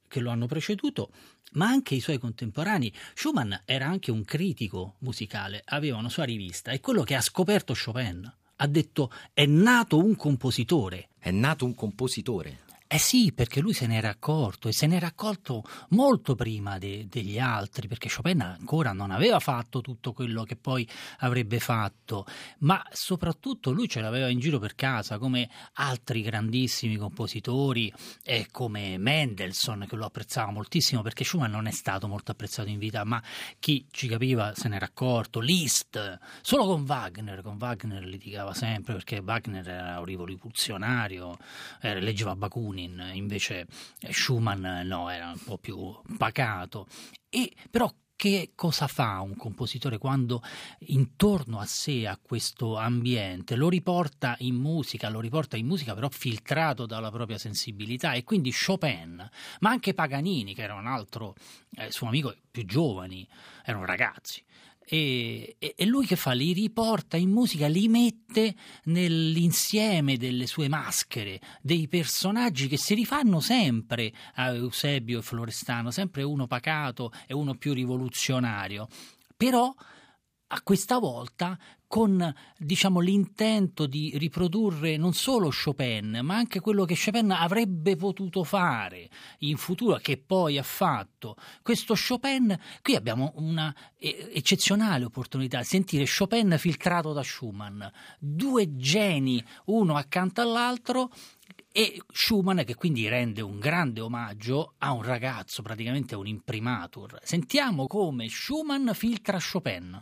[SPEAKER 21] che lo hanno preceduto, ma anche i suoi contemporanei. Schumann era anche un critico musicale, aveva una sua rivista, è quello che ha scoperto Chopin. Ha detto: è nato un compositore.
[SPEAKER 2] È nato un compositore?
[SPEAKER 21] Eh sì, perché lui se n'era accorto e se n'era accorto molto prima de- degli altri, perché Chopin ancora non aveva fatto tutto quello che poi avrebbe fatto, ma soprattutto lui ce l'aveva in giro per casa, come altri grandissimi compositori, eh, come Mendelssohn, che lo apprezzava moltissimo, perché Schumann non è stato molto apprezzato in vita, ma chi ci capiva se n'era accorto. Liszt, solo con Wagner, con Wagner litigava sempre, perché Wagner era un rivoluzionario, eh, leggeva Bakunin. Invece Schumann no, era un po' più pacato. E però che cosa fa un compositore quando intorno a sé, a questo ambiente, lo riporta in musica, lo riporta in musica però filtrato dalla propria sensibilità? E quindi Chopin, ma anche Paganini, che era un altro eh, suo amico, più giovani, erano ragazzi. E, e lui che fa? Li riporta in musica, li mette nell'insieme delle sue maschere, dei personaggi che si rifanno sempre a Eusebio e Florestano, sempre uno pacato e uno più rivoluzionario, però a questa volta con, diciamo, l'intento di riprodurre non solo Chopin, ma anche quello che Chopin avrebbe potuto fare in futuro, che poi ha fatto. Questo Chopin, qui abbiamo una eccezionale opportunità, sentire Chopin filtrato da Schumann, due geni, uno accanto all'altro, e Schumann che quindi rende un grande omaggio a un ragazzo, praticamente un imprimatur. Sentiamo come Schumann filtra Chopin.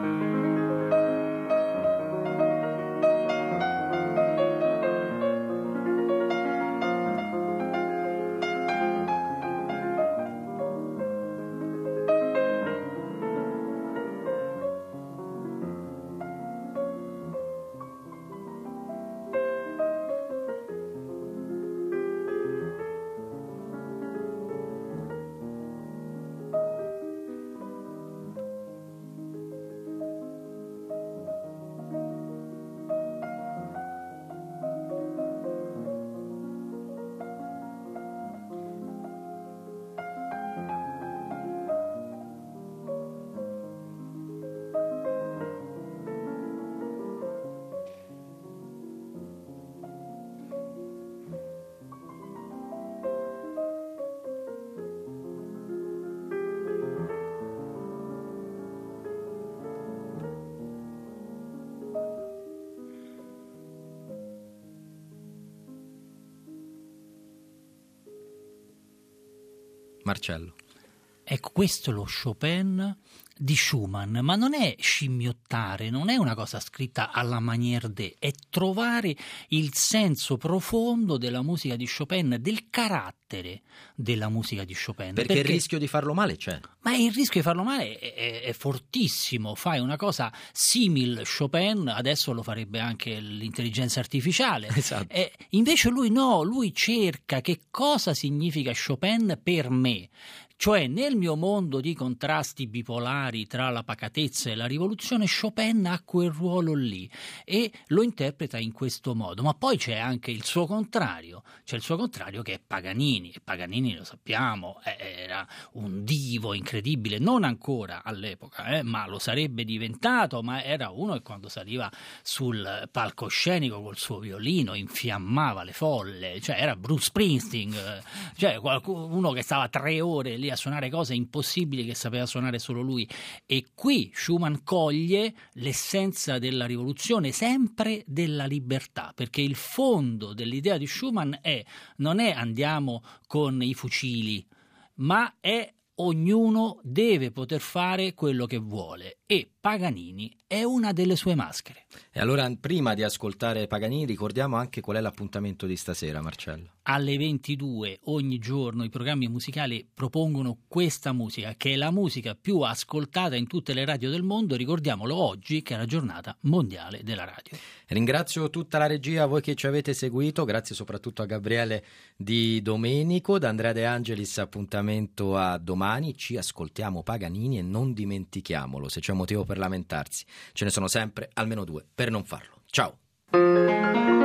[SPEAKER 2] Marcello.
[SPEAKER 21] Ecco, questo è lo Chopin di Schumann, ma non è scimmiottare, non è una cosa scritta alla manière de, è trovare il senso profondo della musica di Chopin, del carattere della musica di Chopin.
[SPEAKER 2] Perché, perché il rischio di farlo male c'è.
[SPEAKER 21] Ma il rischio di farlo male è, è, è fortissimo. Fai una cosa simil Chopin, adesso lo farebbe anche l'intelligenza artificiale.
[SPEAKER 2] Esatto.
[SPEAKER 21] E invece lui no, lui cerca che cosa significa Chopin per me. Cioè, nel mio mondo di contrasti bipolari tra la pacatezza e la rivoluzione, Chopin ha quel ruolo lì e lo interpreta in questo modo. Ma poi c'è anche il suo contrario, c'è il suo contrario che è Paganini, e Paganini, lo sappiamo, era un divo incredibile, non ancora all'epoca, eh, ma lo sarebbe diventato, ma era uno che quando saliva sul palcoscenico col suo violino infiammava le folle, cioè era Bruce Springsteen, cioè uno che stava tre ore lì a suonare cose impossibili che sapeva suonare solo lui. E qui Schumann coglie l'essenza della rivoluzione, sempre della libertà, perché il fondo dell'idea di Schumann è non è andiamo con i fucili, ma è ognuno deve poter fare quello che vuole, e Paganini è una delle sue maschere.
[SPEAKER 2] E allora, prima di ascoltare Paganini, ricordiamo anche qual è l'appuntamento di stasera, Marcello.
[SPEAKER 21] Alle ventidue ogni giorno i programmi musicali propongono questa musica, che è la musica più ascoltata in tutte le radio del mondo. Ricordiamolo oggi, che è la giornata mondiale della radio.
[SPEAKER 2] Ringrazio tutta la regia, voi che ci avete seguito, grazie soprattutto a Gabriele Di Domenico. Da Andrea De Angelis appuntamento a domani, ci ascoltiamo Paganini e non dimentichiamolo, se c'è motivo per lamentarsi, ce ne sono sempre almeno due per non farlo. Ciao!